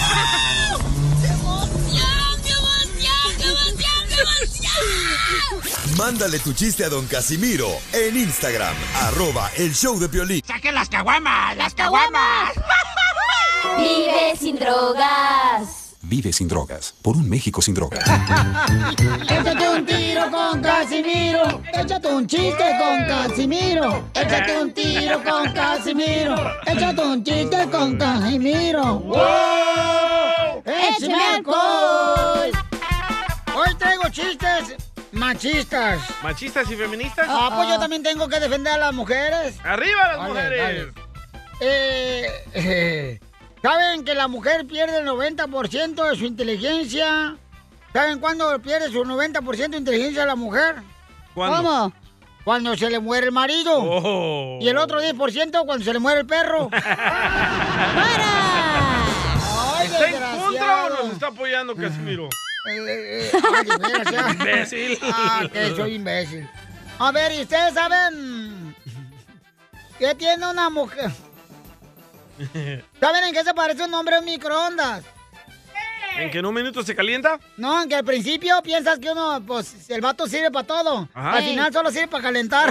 Mándale tu chiste a don Casimiro en Instagram, arroba el show de Piolín. ¡Saquen las caguamas! ¡Las caguamas! Vive sin drogas. Vive sin drogas, por un México sin drogas. Échate un tiro con Casimiro. Échate un chiste con Casimiro. Échate un tiro con Casimiro. Échate un chiste con Casimiro. ¡Wow! ¡Échame alcohol! Hoy traigo chistes machistas. ¿Machistas y feministas? Ah, pues yo también tengo que defender a las mujeres. ¡Arriba las Dale, mujeres! dale. Eh, eh, ¿Saben que la mujer pierde el noventa por ciento de su inteligencia? ¿Saben cuándo pierde su noventa por ciento de inteligencia la mujer? ¿Cuándo? ¿Cómo? Cuando se le muere el marido. Oh. Y el otro diez por ciento cuando se le muere el perro. ¡Para! ¡Ay, ¿Está en contra o desgraciado! nos está apoyando Casimiro? Eh, eh, ay, de veras, ya. Imbécil. Ah, que soy imbécil. A ver, ¿y ustedes saben qué tiene una mujer? ¿Saben en qué se parece un hombre en microondas? ¿En que en un minuto se calienta? No, en que al principio piensas que uno, pues, el vato sirve para todo. Ajá. Al final solo sirve para calentar.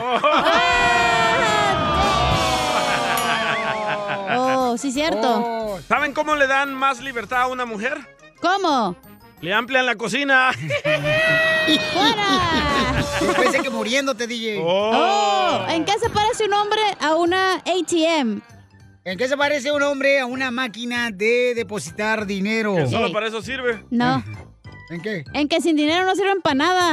Oh, sí, cierto. Oh. ¿Saben cómo le dan más libertad a una mujer? ¿Cómo? Le amplian la cocina. ¡Fuera! Yo pensé que muriéndote, D J. Oh, ¿en qué se parece un hombre a una A T M? ¿En qué se parece un hombre a una máquina de depositar dinero? Que solo para eso sirve. No. ¿En qué? En que sin dinero no sirven para nada.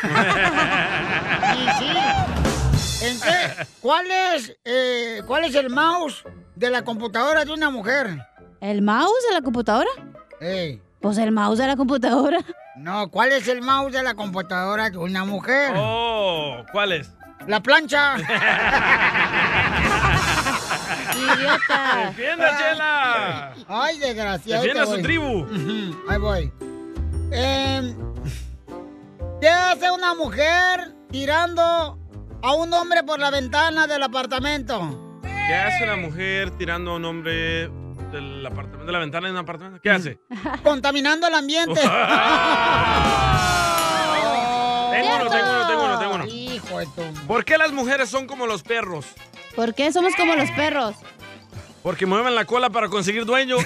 Sí, sí. ¿En qué? ¿Cuál es, eh, ¿Cuál es el mouse de la computadora de una mujer? ¿El mouse de la computadora? Ey. Pues el mouse de la computadora. No, ¿cuál es el mouse de la computadora de una mujer? Oh, ¿cuál es? La plancha. Idiota. ¡Defienda, Chela! Ay, desgraciado. ¡Defienda te su voy. tribu! Ujú, ahí voy. Eh, ¿Qué hace una mujer tirando a un hombre por la ventana del apartamento? ¿Qué hace una mujer tirando a un hombre del apartamento, de la ventana de un apartamento? ¿Qué hace? Contaminando el ambiente. Tengo uno, tengo uno, tengo uno, tengo uno. Hijo de tu... ¿Por qué las mujeres son como los perros? ¿Por qué somos como los perros? Porque mueven la cola para conseguir dueño.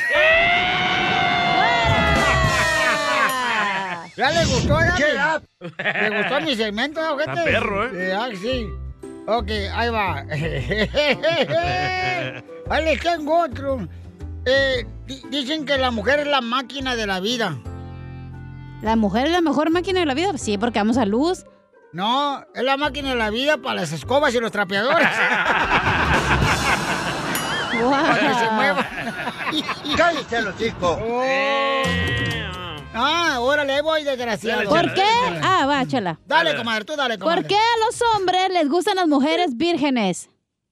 ¿Ya le gustó? ¿Ya? ¿Le gustó mi segmento, ojete? Está perro, ¿eh? Ah, sí. Ok, ahí va. Ahí les tengo otro. Eh, di- dicen que la mujer es la máquina de la vida. ¿La mujer es la mejor máquina de la vida? Sí, porque vamos a luz. No, es la máquina de la vida para las escobas y los trapeadores. Wow. Para que se muevan. ¡Cállate los chicos! Ah, órale, ahí voy, desgraciado. ¿Por qué? Ah, va, chala. Dale, comadre, tú dale, comadre. ¿Por qué a los hombres les gustan las mujeres vírgenes?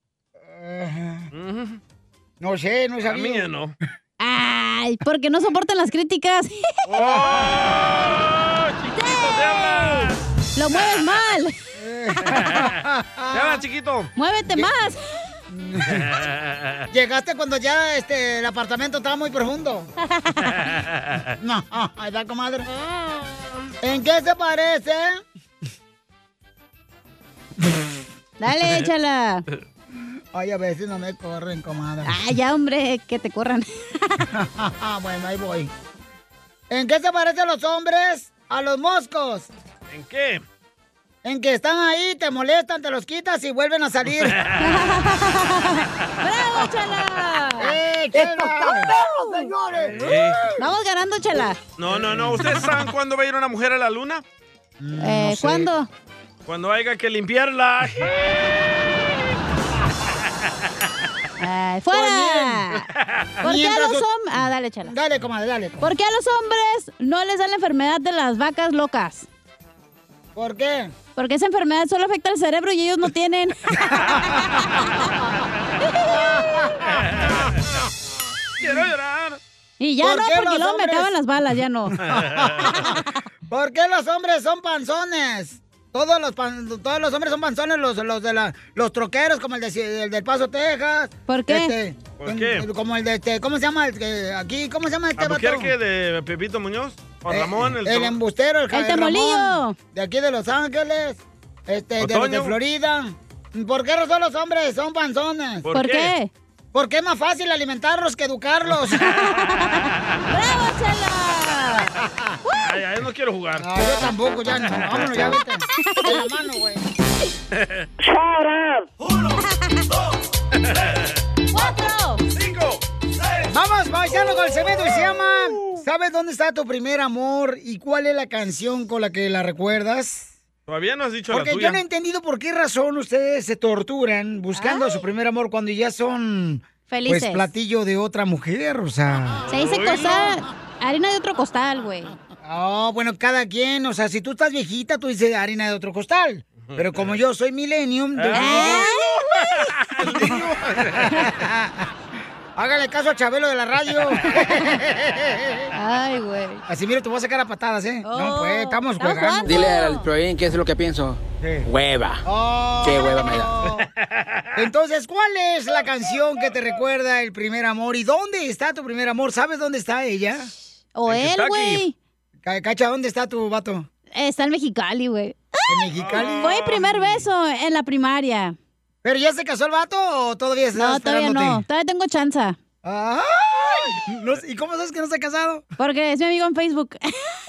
No sé, no A sabía. mí no. Ay, porque no soportan las críticas. ¡Oh! ¡Chiquito, te habla! Lo mueves mal. ¡Te habla, chiquito! Muévete más. Llegaste cuando ya este, el apartamento estaba muy profundo. No, ahí va, comadre. ¿En qué se parece? Dale, échala. Ay, a veces no me corren, comadre. Ah, ya, hombre, que te corran. Bueno, ahí voy. ¿En qué se parecen los hombres a los moscos? ¿En qué? En que están ahí, te molestan, te los quitas y vuelven a salir. ¡Bravo, chala! ¡Eh, Chela! señores! Eh, Vamos ganando, chala. No, no, no. ¿Ustedes saben cuándo va a ir una mujer a la luna? Eh, sé. ¿Cuándo? Cuando haya que limpiarla. Ay, ¡fuera! ¿Por qué a Mientras los os- hombres... Ah, dale, chala. Dale, comadre, dale. comadre. ¿Por qué a los hombres no les da la enfermedad de las vacas locas? ¿Por qué? Porque esa enfermedad solo afecta al cerebro y ellos no tienen. Y ya ¿Por no, qué porque los luego hombres? me acaban las balas, ya no. ¿Por qué los hombres son panzones? Todos los pan- todos los hombres son panzones, los, los de la, los troqueros, como el, de, el del Paso, Texas. ¿Por qué? Este, ¿Por en- qué? el- como el de este, ¿cómo se llama? El que aquí, ¿cómo se llama este vato? ¿Albuquerque de Pepito Muñoz? ¿O Eh, Ramón? El, El, to- embustero, el, El el Tamolillo. Ramón, de aquí de Los Ángeles, este, de, los de Otoño. Florida. ¿Por qué no son los hombres? Son panzones. ¿Por ¿Por qué? qué? Porque es más fácil alimentarlos que educarlos. ¡Bravo, Chela! Ay, ay, no quiero jugar. No, yo tampoco, ya no. Vámonos, ya vete. De la mano, güey. ¡Cuatro! ¡Cinco! ¡Seis! Vamos, paisano, con el segmento que se llama ¿Sabes dónde está tu primer amor y cuál es la canción con la que la recuerdas? Todavía no has dicho Porque la tuya. yo no he entendido por qué razón ustedes se torturan buscando a su primer amor cuando ya son Felices. pues platillo de otra mujer, o sea. Se dice cosa, harina de otro costal, güey. Oh, bueno, cada quien, o sea, si tú estás viejita, tú dices harina de otro costal. Pero como yo soy millennium, yo digo, hágale caso a Chabelo de la radio. Ay, güey. Así, mira, te voy a sacar a patadas, ¿eh? no, pues, estamos estamos jugando. jugando. Dile al Proin qué es lo que pienso. ¿Qué? Hueva. Oh. Qué hueva me da. Entonces, ¿cuál es la canción que te recuerda el primer amor? ¿Y dónde está tu primer amor? ¿Sabes dónde está ella? O En él, Kentucky. güey. Ca- Cacha, ¿dónde está tu vato? Está en Mexicali, güey. ¿En Mexicali? Fue mi primer beso en la primaria. ¿Pero ya se casó el vato o todavía está No, todavía no. esperándote? Todavía tengo chanza. Ay, no sé, ¿y cómo sabes que no se ha casado? Porque es mi amigo en Facebook.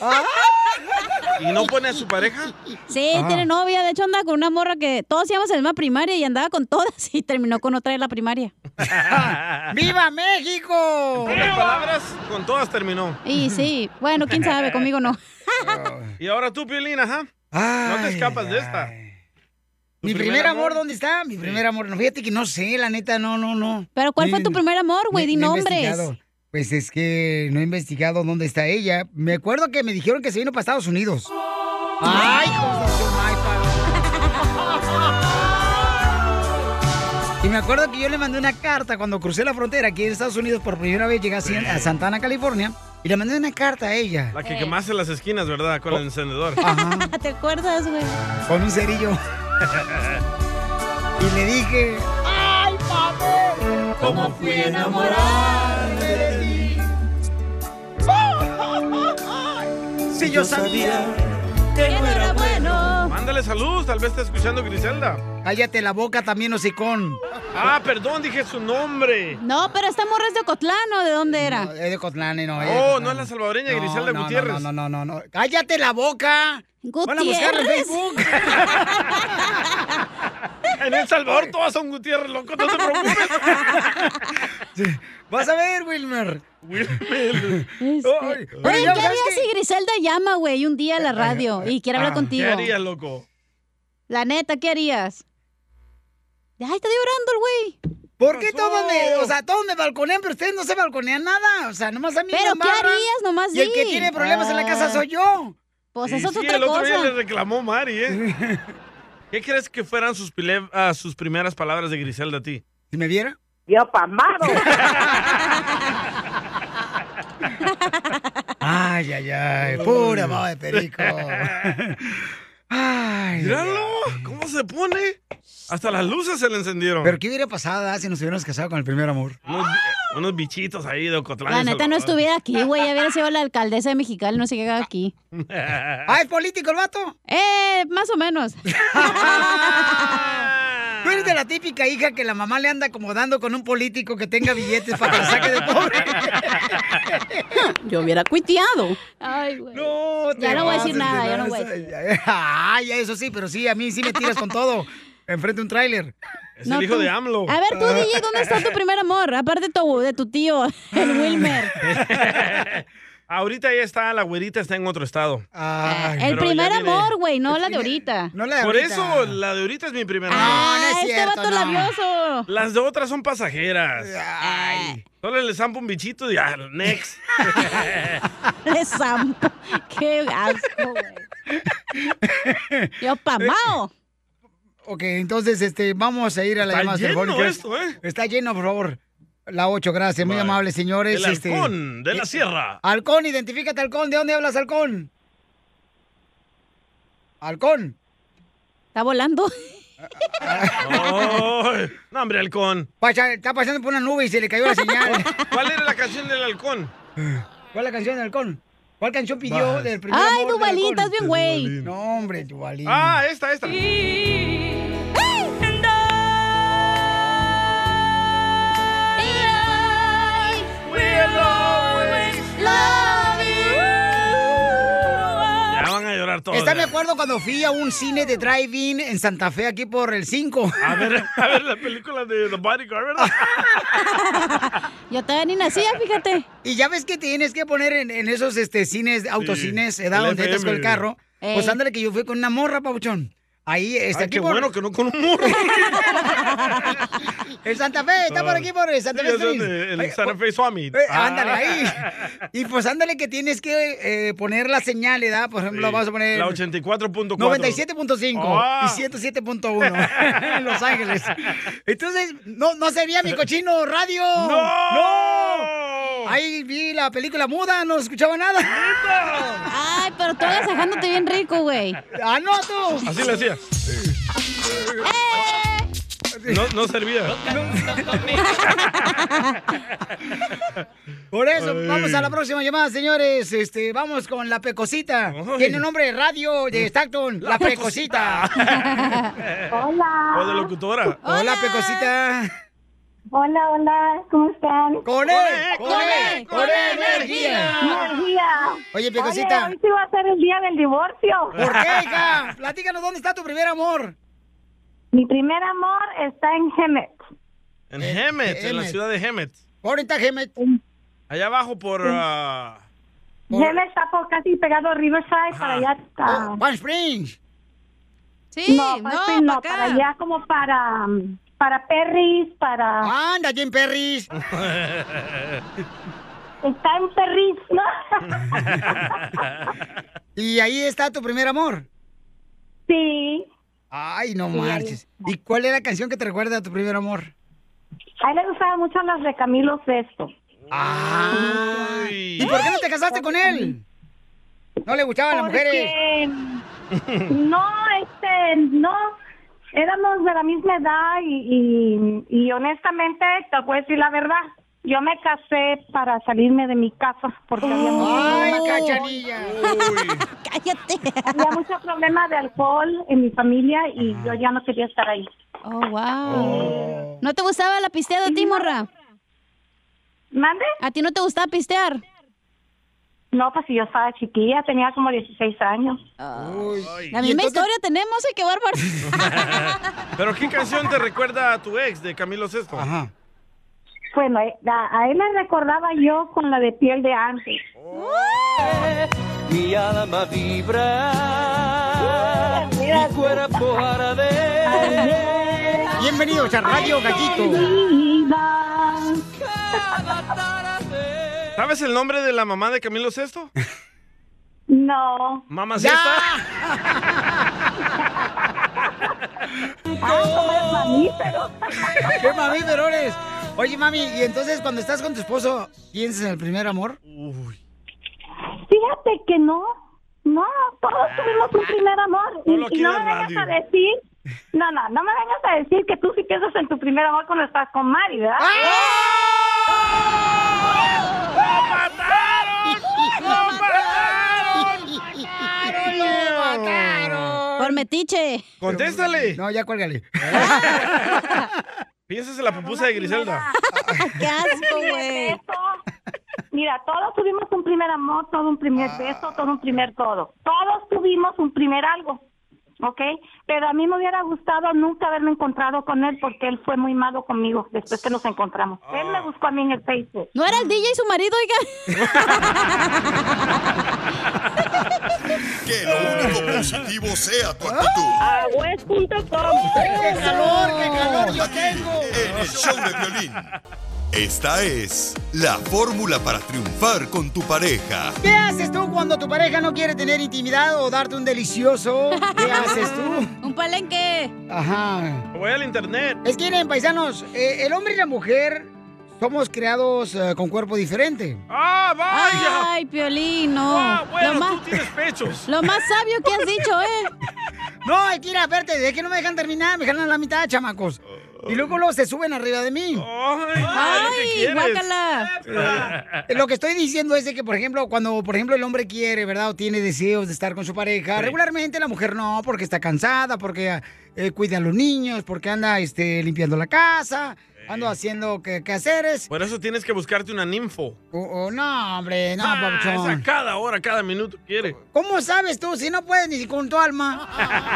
¿Y no pone a su pareja? Sí, Ah. tiene novia. De hecho, anda con una morra que todos íbamos en la misma primaria y andaba con todas y terminó con otra de la primaria. ¡Viva México! En pocas palabras, con todas terminó. Y sí, bueno, quién sabe, conmigo no. Y ahora tú, Piolín, ajá. Ay, No te escapas de esta. ¿Mi ¿Tu primer, primer amor? amor? ¿Dónde está? Mi primer amor. No, fíjate que no sé, la neta, no, no, no. Pero ¿cuál Ni- fue tu primer amor, güey? ni- Di no he nombres. investigado. Pues es que no he investigado dónde está ella. Me acuerdo que me dijeron que se vino para Estados Unidos. ¡Ay, hijos de su maíz! Y me acuerdo que yo le mandé una carta cuando crucé la frontera aquí en Estados Unidos por primera vez. Llegué así a Santana, California. Y le mandé una carta a ella. La que quemaste las esquinas, ¿verdad? Con el encendedor. Ajá. ¿Te acuerdas, güey? Con un cerillo. Y le dije, ¡ay, papel! ¿Cómo fui a enamorarme de ti? Si yo sabía Que no era bueno. Mándale salud, tal vez está escuchando Griselda. Cállate la boca también, hocicón. Ah, perdón, dije su nombre. No, pero esta morra es de Ocotlán, ¿o de dónde era? No, es de Cotlán, no. es de Oh, Cotlán. no es la salvadoreña No, Griselda no, Gutiérrez. No, no, no, no, no. Cállate la boca. Van a buscarla en Gutiérrez. Facebook. En El Salvador todas son Gutiérrez, loco, no te preocupes. Vas a ver, Wilmer. Wilmer. Este- Ay, pero Oye, ya ¿qué sabes harías que- si Griselda llama, güey, un día a la radio y quiere hablar Ah, contigo? ¿Qué harías, loco? La neta, ¿qué harías? Ay, está llorando el güey. ¿Por qué pasó? todos me, o sea, todos me balconean, pero ustedes no se balconean nada? O sea, nomás a mí ¿Pero me qué amarran. harías? Nomás Y el que di. tiene problemas en la casa Ah. soy yo. Pues Y eso es sí, otra el otro día cosa. le reclamó Mari, ¿eh? ¿Qué crees que fueran sus, pile- ah, sus primeras palabras de Griselda a ti? ¿Si me viera? Yo pamado. Ay, ay, ay, pura baba de perico. Ay, Míralo, ¿cómo se pone? Hasta las luces se le encendieron. pero ¿qué hubiera pasado ah, si nos hubiéramos casado con el primer amor? Unos, bi- unos bichitos ahí de Ocotlán. La y neta no Salvador. estuviera aquí, güey. Ya hubiera sido la alcaldesa de Mexicali, no sé qué haga aquí. Ah, ¿es político el vato? Eh, más o menos. Tú eres de la típica hija que la mamá le anda acomodando con un político que tenga billetes para que la saque de pobre. Yo hubiera cuiteado. Ay, güey. No, te Ya no voy a decir pases de nada, ya no voy a lanza. Ay, eso sí, pero sí, a mí sí me tiras con todo. Enfrente de un tráiler. Es No, el hijo tú. de AMLO. A ver, tú, D J, ¿dónde está tu primer amor? Aparte de tu, de tu tío, el Wilmer. Ahorita ya está, la güerita está en otro estado. Ay, El pero primer ya viene- amor, güey, no la de ahorita. no la de Por ahorita. eso, la de ahorita es mi primera amor. Ah, no es este cierto, vato no. labioso. Las de otras son pasajeras. Ay. Solo le zampa un bichito y ya, next. De zampo. Qué asco, güey. Yo pamao. Ok, entonces este, vamos a ir a la Está llamada lleno telefónica. esto, ¿eh? Está lleno, por favor. La ocho, gracias, muy Vale. amables, señores. El halcón de la sierra. Halcón, identifícate, halcón. ¿De dónde hablas, halcón? Halcón. Está volando. Ay, no, hombre, halcón. Pasa- está pasando por una nube y se le cayó la señal. ¿Cuál era la canción del halcón? ¿Cuál es la canción del halcón? ¿Cuál canción pidió Vas. del primer Ay, amor del Duvalín, halcón? estás bien, güey. No, hombre, Duvalín. Ah, esta, esta. Ya van a llorar todos. Está, me ya. acuerdo cuando fui a un cine de drive-in en Santa Fe, aquí por el cinco. A ver, a ver la película de The Bodyguard, ¿verdad? Yo todavía ni nacía, fíjate. Y ya ves que tienes que poner en, en esos este, cines, autocines, ¿edad? el Donde estás con el F M. carro. Pues Ey. ándale que yo fui con una morra, papuchón. Ahí está Ay, aquí qué por... bueno que no con un murro. El Santa Fe, está por aquí por el Santa Sí, Fe es Street. donde el Ay, Santa Fe Swami. Eh, ándale, ahí. Y pues ándale que tienes que eh, poner la señal, ¿verdad? Por ejemplo, Sí. vamos a poner... La ochenta y cuatro punto cuatro. noventa y siete punto cinco Ah. y ciento siete punto uno en Los Ángeles. Entonces, no, no se veía mi cochino radio. ¡No! ¡No! Ahí vi la película muda, no escuchaba nada. Ay, pero tú agasajándote bien rico, güey. ¡Ah, no, tú! Así le hacía. No, no servía. Por eso, Ay. vamos a la próxima llamada, señores. Este, vamos con la Pecosita. Ay. Tiene nombre de radio de Stockton, la, La Pecosita. Hola. O de locutora. Hola, Pecosita. Hola, hola, ¿cómo están? ¡Con él! ¡Con ¡Con él! él! ¡Con energía! Energía. Oye, Pecosita. Oye, hoy sí va a ser el día del divorcio. ¿Por qué, hija? Platícanos, ¿dónde está tu primer amor? Mi primer amor está en Hemet. En Hemet, en la Hemet. ciudad de Hemet. ¿Por está Hemet? Allá abajo por... ah, Hemet está por casi pegado a Riverside, para allá. ah, Oh, Palm Springs. Sí, no, no, Palm Springs no, pa' para acá. allá como para, um, para Perris, para... Anda, Jim Perris. Está en Perris, ¿no? Y ahí está tu primer amor. Sí. Ay, no Sí, ahí marches. ¿Y cuál es la canción que te recuerda a tu primer amor? A él le gustaban mucho las de Camilo Sesto. Ay. ¿Y por qué no te casaste con él? ¿No le gustaban las mujeres? Porque, no, este, no. Éramos de la misma edad y, y, y honestamente, te voy a decir la verdad. Yo me casé para salirme de mi casa porque había mucho ¡Ay, problema- cachanilla! Cállate. había mucho problema de alcohol en mi familia y yo ya no quería estar ahí. Oh, wow. ¿No te gustaba la pisteada a ti, morra? ¿Mande? ¿A ti no te gustaba pistear? No, pues si yo estaba chiquilla, tenía como dieciséis años. Ay. La misma historia tenemos, ay, qué bárbaro. ¿Pero qué canción te recuerda a tu ex de Camilo Sesto? Ajá. Bueno, eh, a, a él me recordaba yo con la de piel de ángel. Mi alma vibra, Mira, mi cuerpo arde. Bienvenidos a Radio Gallito. ¿Sabes el nombre de la mamá de Camilo Sesto? No. Mamacita. Ah, ¿cómo es mamífero? ¡Qué mamífero eres! Oye, mami, y entonces cuando estás con tu esposo, ¿piensas en el primer amor? Uy. Fíjate que no. No, todos tuvimos un primer amor. No Y, lo y no quiere me vengas radio. a decir. No, no, no me vengas a decir que tú sí piensas en tu primer amor cuando estás con Mari, ¿verdad? ¡Lo mataron! Por metiche. Contéstale. No, ya cuélgale. Piensas en la pupusa de Griselda. Qué asco, güey. Beso. Mira, todos tuvimos un primer amor, todo un primer beso, todo un primer todo. Todos tuvimos un primer algo, ¿ok? Pero a mí me hubiera gustado nunca haberme encontrado con él porque él fue muy malo conmigo después que nos encontramos. Él me buscó a mí en el Facebook. ¿No era el D J y su marido, oiga? Que lo único positivo sea tu actitud. Agüez punto com. ¡Qué calor, qué calor yo Aquí, tengo! en el show de violín. Esta es la fórmula para triunfar con tu pareja. ¿Qué haces tú cuando tu pareja no quiere tener intimidad o darte un delicioso? ¿Qué haces tú? Un palenque. Ajá. Voy al internet. Es que miren, paisanos, eh, el hombre y la mujer somos creados uh, con cuerpo diferente. ¡Ah, vaya! Ay, Piolín, no. Ah, bueno, lo más, tú tienes pechos. Lo más sabio que has dicho, ¿eh? No, es que ir a verte, es que no me dejan terminar, me dejan a la mitad, chamacos. Y luego, luego se suben arriba de mí. ¡Ay, Ay guácala! Lo que estoy diciendo es de que, por ejemplo, cuando, por ejemplo, el hombre quiere, ¿verdad? O tiene deseos de estar con su pareja, Sí. regularmente la mujer no, porque está cansada, porque eh, cuida a los niños, porque anda este, limpiando la casa, ando haciendo que- quehaceres. Por eso tienes que buscarte una ninfo. O, o no, hombre, no, Ah, papuchón. esa cada hora, cada minuto quiere. ¿Cómo sabes tú si no puedes ni con tu alma?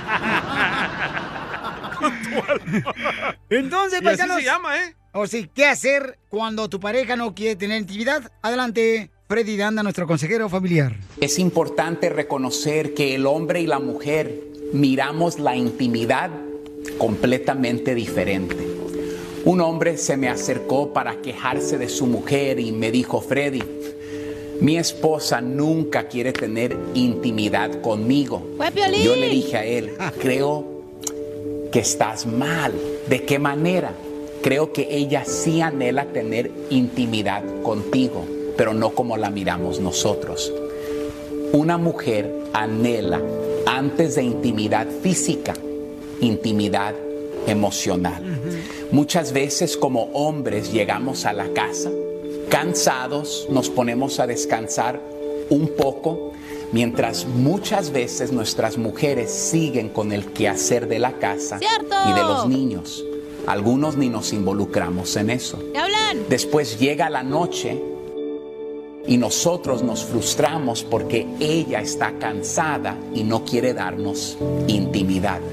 Entonces, Y así paisanos. se llama, ¿eh? O sí, ¿qué hacer cuando tu pareja no quiere tener intimidad? Adelante, Freddy Danda, nuestro consejero familiar. Es importante reconocer que el hombre y la mujer miramos la intimidad completamente diferente. Un hombre se me acercó para quejarse de su mujer y me dijo, Freddy, mi esposa nunca quiere tener intimidad conmigo. ¡Fue Piolín! Yo le dije a él, creo que estás mal. ¿De qué manera? Creo que ella sí anhela tener intimidad contigo, pero no como la miramos nosotros. Una mujer anhela, antes de intimidad física, intimidad emocional. Muchas veces como hombres llegamos a la casa, cansados, nos ponemos a descansar un poco, mientras muchas veces nuestras mujeres siguen con el quehacer de la casa ¡Cierto! y de los niños. Algunos ni nos involucramos en eso. ¿Qué hablan? Después llega la noche y nosotros nos frustramos porque ella está cansada y no quiere darnos intimidad.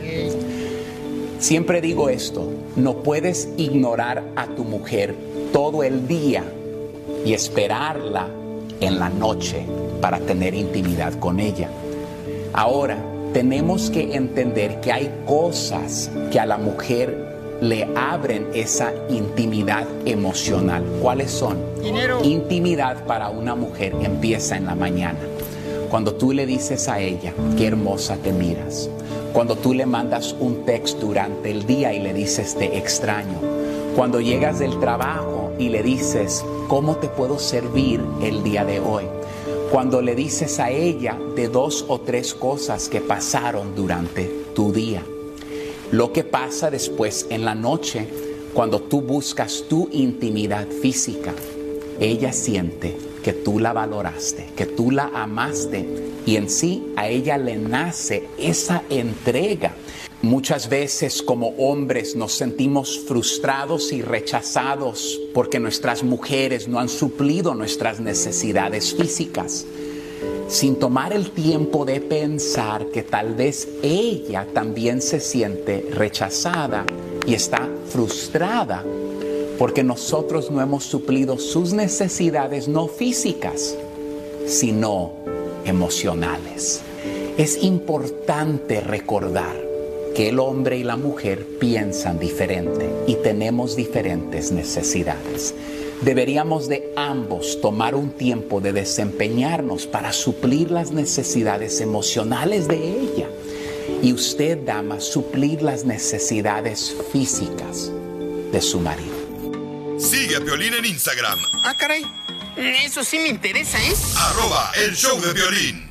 Siempre digo esto, no puedes ignorar a tu mujer todo el día y esperarla en la noche para tener intimidad con ella. Ahora, tenemos que entender que hay cosas que a la mujer le abren esa intimidad emocional. ¿Cuáles son? Dinero. Intimidad para una mujer empieza en la mañana. Cuando tú le dices a ella, qué hermosa te miras. Cuando tú le mandas un texto durante el día y le dices, te extraño. Cuando llegas del trabajo y le dices, ¿cómo te puedo servir el día de hoy? Cuando le dices a ella de dos o tres cosas que pasaron durante tu día. Lo que pasa después en la noche, cuando tú buscas tu intimidad física, ella siente que tú la valoraste, que tú la amaste y en sí a ella le nace esa entrega. Muchas veces como hombres nos sentimos frustrados y rechazados porque nuestras mujeres no han suplido nuestras necesidades físicas, sin tomar el tiempo de pensar que tal vez ella también se siente rechazada y está frustrada porque nosotros no hemos suplido sus necesidades no físicas, sino emocionales. Es importante recordar que el hombre y la mujer piensan diferente y tenemos diferentes necesidades. Deberíamos de ambos tomar un tiempo de desempeñarnos para suplir las necesidades emocionales de ella. Y usted, dama, suplir las necesidades físicas de su marido. Sigue a Piolín en Instagram, Ah, caray. Eso sí me interesa, ¿eh? arroba el show de Piolín.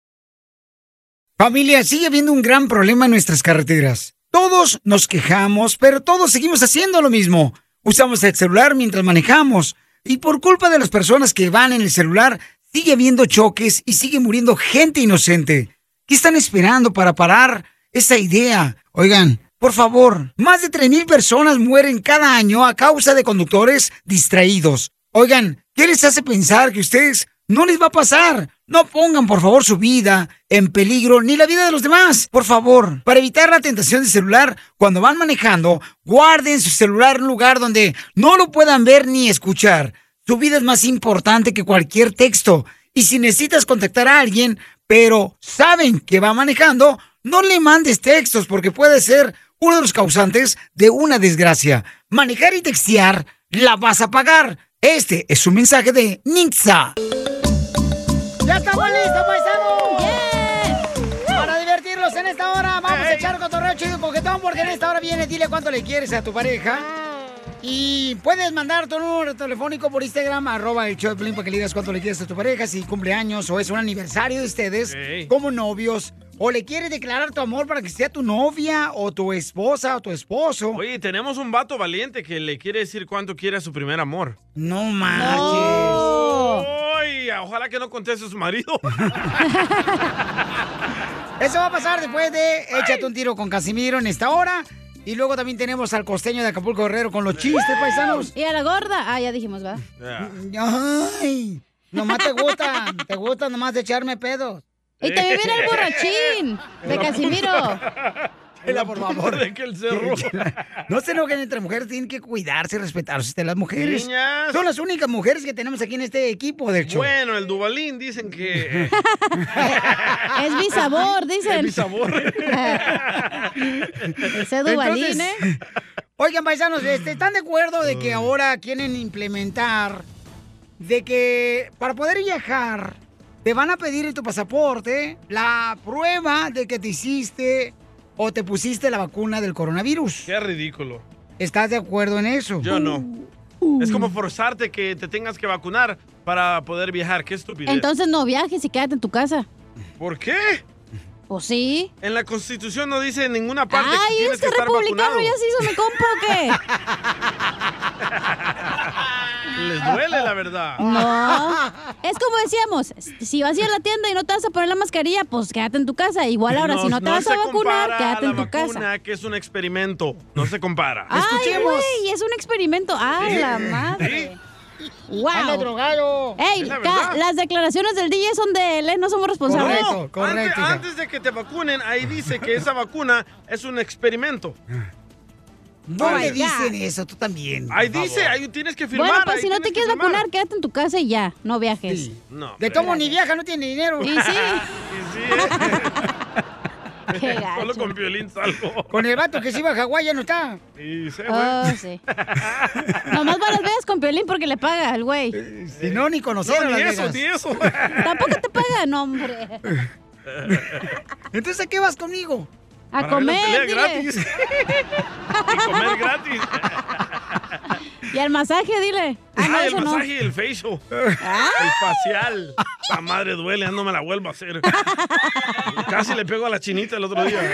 Familia, sigue habiendo un gran problema en nuestras carreteras. Todos nos quejamos, pero todos seguimos haciendo lo mismo. Usamos el celular mientras manejamos. Y por culpa de las personas que van en el celular, sigue habiendo choques y sigue muriendo gente inocente. ¿Qué están esperando para parar esa idea? Oigan, por favor, más de tres mil personas mueren cada año a causa de conductores distraídos. Oigan, ¿qué les hace pensar que ustedes no les va a pasar? No pongan, por favor, su vida en peligro ni la vida de los demás. Por favor, para evitar la tentación del celular, cuando van manejando, guarden su celular en un lugar donde no lo puedan ver ni escuchar. Su vida es más importante que cualquier texto. Y si necesitas contactar a alguien, pero saben que va manejando, no le mandes textos porque puede ser uno de los causantes de una desgracia. Manejar y textear la vas a pagar. Este es un mensaje de Nixa. ¡Ya estamos listos, paisanos! ¡Yeah! Para divertirlos en esta hora, vamos a echar cotorreo chido y coquetón, porque en esta hora viene, dile cuánto le quieres a tu pareja. Y puedes mandar tu número telefónico por Instagram, arroba el show de Piolín, para que le digas cuánto le quieres a tu pareja, si cumpleaños o es un aniversario de ustedes, Sí. como novios, o le quieres declarar tu amor para que sea tu novia, o tu esposa, o tu esposo. Oye, tenemos un vato valiente que le quiere decir cuánto quiere a su primer amor. No marches. Ay, ojalá que no conteste a su marido. Eso va a pasar después de Échate un tiro con Casimiro en esta hora. Y luego también tenemos al costeño de Acapulco Guerrero con los chistes, paisanos. Y a la gorda. Ah, ya dijimos, va. Ay, nomás te gusta, te gusta nomás de echarme pedos. Y también viene el borrachín de Casimiro. Chela, por favor. De que el cerro. No se enojen entre mujeres, tienen que cuidarse y respetarse ustedes las mujeres. Niñas. Son las únicas mujeres que tenemos aquí en este equipo, de hecho. Bueno, el Duvalín dicen que... Es mi sabor, dicen. Es mi sabor. Ese Duvalín, Entonces, ¿eh? Oigan, paisanos, este, ¿están de acuerdo de que ahora quieren implementar de que para poder viajar te van a pedir en tu pasaporte la prueba de que te hiciste o te pusiste la vacuna del coronavirus? Qué ridículo. ¿Estás de acuerdo en eso? Yo no. Es como forzarte que te tengas que vacunar para poder viajar. Qué estupidez. Entonces no viajes y quédate en tu casa. ¿Por qué? Pues sí. En la Constitución no dice en ninguna parte que Ay, tienes este que estar republicano vacunado. ya se hizo mi compa, ¿o qué? Les duele, la verdad. No. Es como decíamos, si vas a ir a la tienda y no te vas a poner la mascarilla, pues quédate en tu casa. Igual ahora, si no te vas a se vacunar, compara quédate a en la tu casa. vacuna, que es un experimento. No se compara. Ay, güey, es un experimento. ¡Ah, Sí. la madre! ¡Wow! ¡Anda drogado! ¡Ey! Es la ca- verdad. las declaraciones del D J son de él, ¿eh? No somos responsables. No, antes, antes de que te vacunen, ahí dice que esa vacuna es un experimento. No Oh le my dicen God. eso, tú también. Ahí por dice, favor. ahí tienes que firmar. Bueno, pues ahí si no te tienes que quieres firmar. vacunar, quédate en tu casa y ya. No viajes. No. De tomo ni viaja, no tiene dinero. Y sí. Qué gacho. Solo con violín salgo. Con el vato que se iba a Hawái ya no está. Y se Oh, fue. sí. Nomás va a Las Vegas con Piolín porque le paga al güey. Si no, ni conocieron No, ni Las eso, Vegas. ni eso. Tampoco te paga, no, hombre. Entonces, ¿a qué vas conmigo? A Para ver la comer, pelea dile. gratis. Y comer gratis. Y al masaje, dile. Ah, no, Ah, el eso no. masaje y el facial. El facial. La madre duele, no me la vuelvo a hacer. Casi le pego a la chinita el otro día.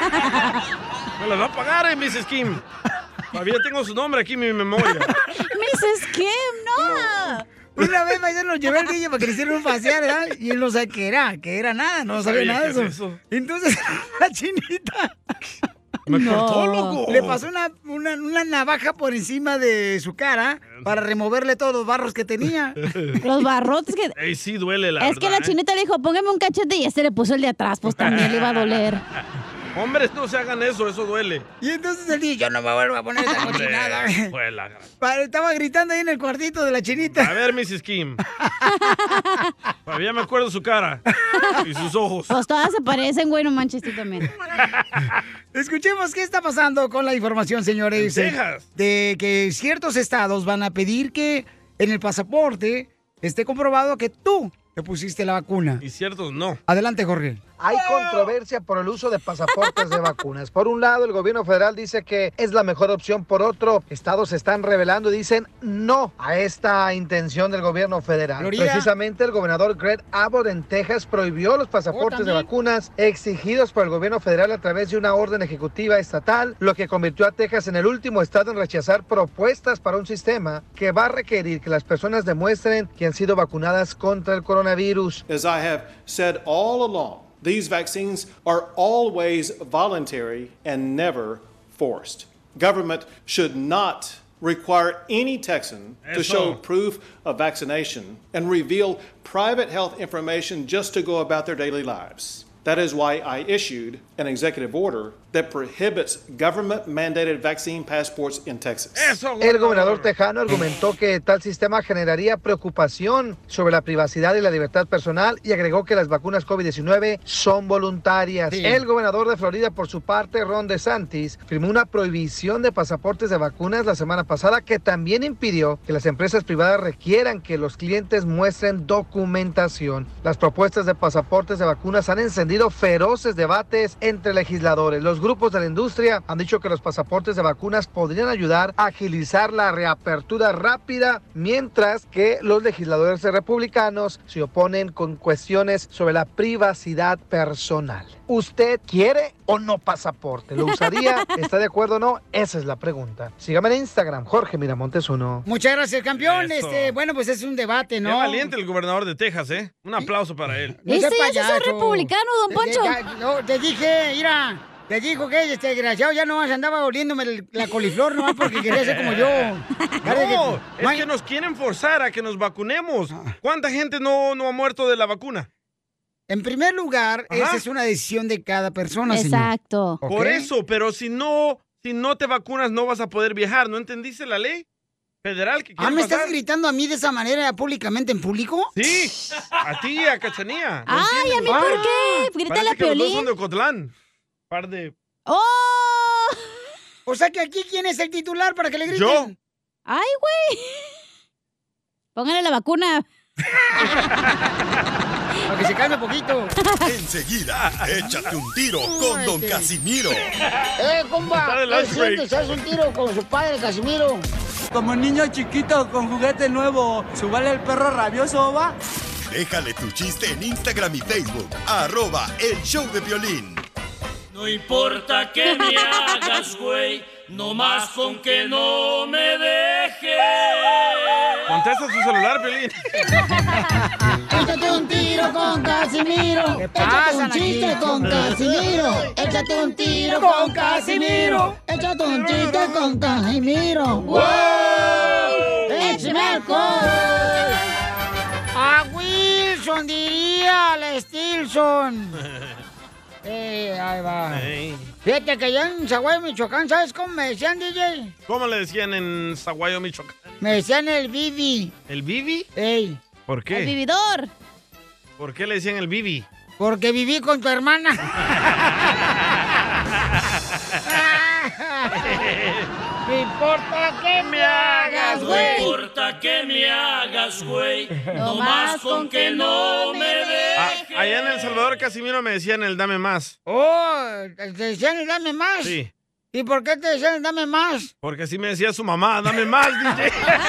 Me la va a pagar, eh, missus Kim. Todavía tengo su nombre aquí en mi memoria. missus Kim, no. Una vez ayer nos llevé al D J para que le hicieran un facial, ¿verdad? Y él no sabía qué era, qué era nada, no sabía sabía nada de qué eso. es eso. Entonces, la chinita Me No. cortó, loco. le pasó una, una, una navaja por encima de su cara para removerle todos los barros que tenía. Los barrotes que... Ey, sí duele, la es que la verdad, ¿eh? chinita le dijo, póngame un cachete y este le puso el de atrás, pues también le iba a doler. Hombres, no se hagan eso, eso duele. Y entonces él dijo, yo no me vuelvo a poner esa Hombre, cochinada. fue la gran- Pa- Estaba gritando ahí en el cuartito de la A chinita. ver, missus Kim. Todavía me acuerdo su cara y sus ojos. Pues todas se parecen, güey, no manches tú también. Escuchemos qué está pasando con la información, señores. En Texas. De que ciertos estados van a pedir que en el pasaporte esté comprobado que tú te pusiste la vacuna. Y ciertos no. Adelante, Jorge. Hay controversia por el uso de pasaportes de vacunas. Por un lado, el gobierno federal dice que es la mejor opción. Por otro, estados se están rebelando y dicen no a esta intención del gobierno federal. Florida. Precisamente, el gobernador Greg Abbott en Texas prohibió los pasaportes Oh, de también. vacunas exigidos por el gobierno federal a través de una orden ejecutiva estatal, lo que convirtió a Texas en el último estado en rechazar propuestas para un sistema que va a requerir que las personas demuestren que han sido vacunadas contra el coronavirus. As I have said all along, these vaccines are always voluntary and never forced. Government should not require any Texan to Eso. show proof of vaccination and reveal private health information just to go about their daily lives. That is why I issued an executive order that prohibits government-mandated vaccine passports in Texas. Eso, El gobernador tejano argumentó que tal sistema generaría preocupación sobre la privacidad y la libertad personal y agregó que las vacunas COVID diecinueve son voluntarias. Sí. El gobernador de Florida, por su parte, Ron DeSantis, firmó una prohibición de pasaportes de vacunas la semana pasada que también impidió que las empresas privadas requieran que los clientes muestren documentación. Las propuestas de pasaportes de vacunas han encendido encendido feroces debates entre legisladores. Los grupos de la industria han dicho que los pasaportes de vacunas podrían ayudar a agilizar la reapertura rápida, mientras que los legisladores republicanos se oponen con cuestiones sobre la privacidad personal. ¿Usted quiere o no pasaporte? ¿Lo usaría? ¿Está de acuerdo o no? Esa es la pregunta. Sígame en Instagram, Jorge Miramontes uno. Muchas gracias, campeón. Eso. Este, bueno, pues es un debate, ¿no? Qué valiente el gobernador de Texas, ¿eh? Un aplauso para él. No seas Este ya se hizo payaso. republicano, don Poncho. Te, ya- no, te dije, mira, te dijo que este desgraciado ya nomás andaba oliéndome el- la coliflor nomás porque quería ser como yo. Dale que- No, es que nos quieren forzar a que nos vacunemos. ¿Cuánta gente no, no ha muerto de la vacuna? En primer lugar, Ajá. esa es una decisión de cada persona, señor. Exacto. ¿Ok? Por eso, pero si no, si no te vacunas no vas a poder viajar. ¿No entendiste la ley federal que Ah, quieren ¿me pasar? estás gritando a mí de esa manera públicamente en público? Sí, a ti, a Cachanía. ¿No Ay, ¿a mí entiendes? por qué? Grítale Parece a que los dos Piolín. son de Ocotlán. Par de... ¡Oh! O sea que aquí, ¿quién es el titular para que le griten? Yo. ¡Ay, güey! Póngale la vacuna. Para que se calme poquito. Enseguida, échate un tiro con Don Casimiro. ¡Eh, compa! Dale, ¿Qué lunch break. sientes? ¿Haz un tiro con su padre, Casimiro? Como niño chiquito con juguete nuevo, ¿subale el perro rabioso, va? Déjale tu chiste en Instagram y Facebook. Arroba El Show de Violín. No importa que me hagas, güey, no más con que no me dejes. Contesta su celular, Piolín. Échate un tiro con Casimiro. ¿Qué Échate pasa un chiste aquí? con Casimiro. Échate un tiro con Casimiro. Échate un chiste con Casimiro. ¡Wow! ¡Échame alcohol! A Wilson diría al Stilson. Eh, ahí va. Ey. Fíjate que allá en Zaguayo, Michoacán, ¿sabes cómo me decían, D J? ¿Cómo le decían en Zaguayo, Michoacán? Me decían el Bibi. ¿El Bibi? Ey. ¿Por qué? El vividor. ¿Por qué le decían el Bibi? Porque viví con tu hermana. No importa que me hagas, No güey. importa que me hagas, güey, no más con que no me Ah, dejes. allá en El Salvador, Casimiro, me decían el dame más. Oh, ¿te decían el dame más? Sí. ¿Y por qué te decían el dame más? Porque así me decía su mamá, dame más, D J.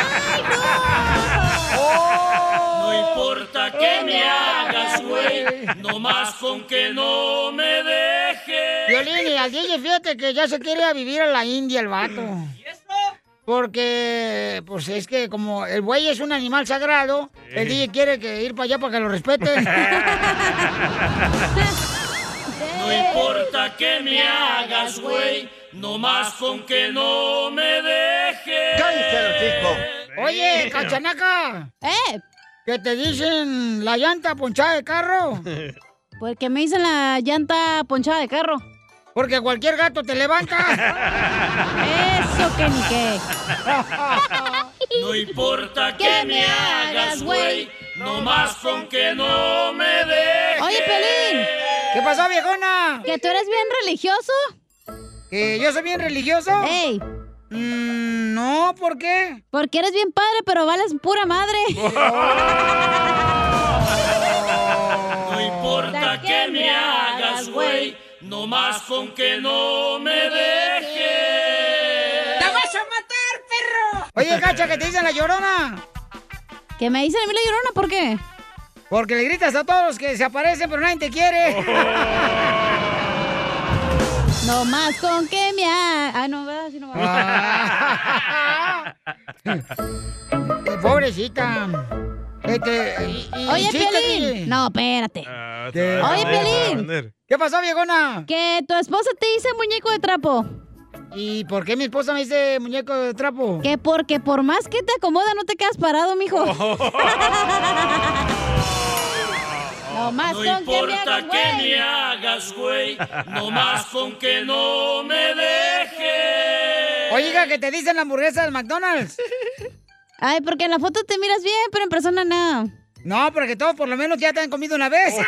No importa que me hagas, güey, no más con que no me dejes. Violín, y al D J, fíjate que ya se quiere ir a vivir a la India el vato. ¿Y eso? Porque, pues es que como el buey es un animal sagrado, el D J quiere que ir para allá para que lo respeten. No importa que me hagas, güey, no más con que no me dejes. Oye, Cachanaca. ¿Eh? ¿Qué te dicen la llanta ponchada de carro? Porque me dicen la llanta ponchada de carro. Porque cualquier gato te levanta. Eso que ni qué. No importa que me hagas, güey, no más con que no me dejes. Oye, Pelín. ¿Qué pasó, viejona? ¿Que tú eres bien religioso? ¿Que yo soy bien religioso? ¡Ey! Mm, no, ¿por qué? Porque eres bien padre, pero vales pura madre. No importa que me hagas, güey, no más con que no me dejes. ¡Te vas a matar, perro! Oye, Cacha, ¿qué te dicen la Llorona? ¿Que me dicen a mí la Llorona? ¿Por qué? Porque le gritas a todos los que se aparecen, pero nadie te quiere. No más con que me ha... Ah, no, ¿verdad? Sí, no va. Eh, Pobrecita. Este, y- y- Oye, chiste, Piolín. dile. No, espérate. Ah, ¿Qué? te va a Oye, vender, te va a Piolín. vender. ¿Qué pasó, viejona? Que tu esposa te dice muñeco de trapo. ¿Y por qué mi esposa me dice muñeco de trapo? Que porque por más que te acomoda no te quedas parado, mijo. No más No con que me importa hagas, que güey. me hagas, güey, no más con que no me dejes. Oiga, ¿qué te dicen la hamburguesa del McDonald's? Ay, porque en la foto te miras bien, pero en persona no. No, porque todos por lo menos ya te han comido una vez.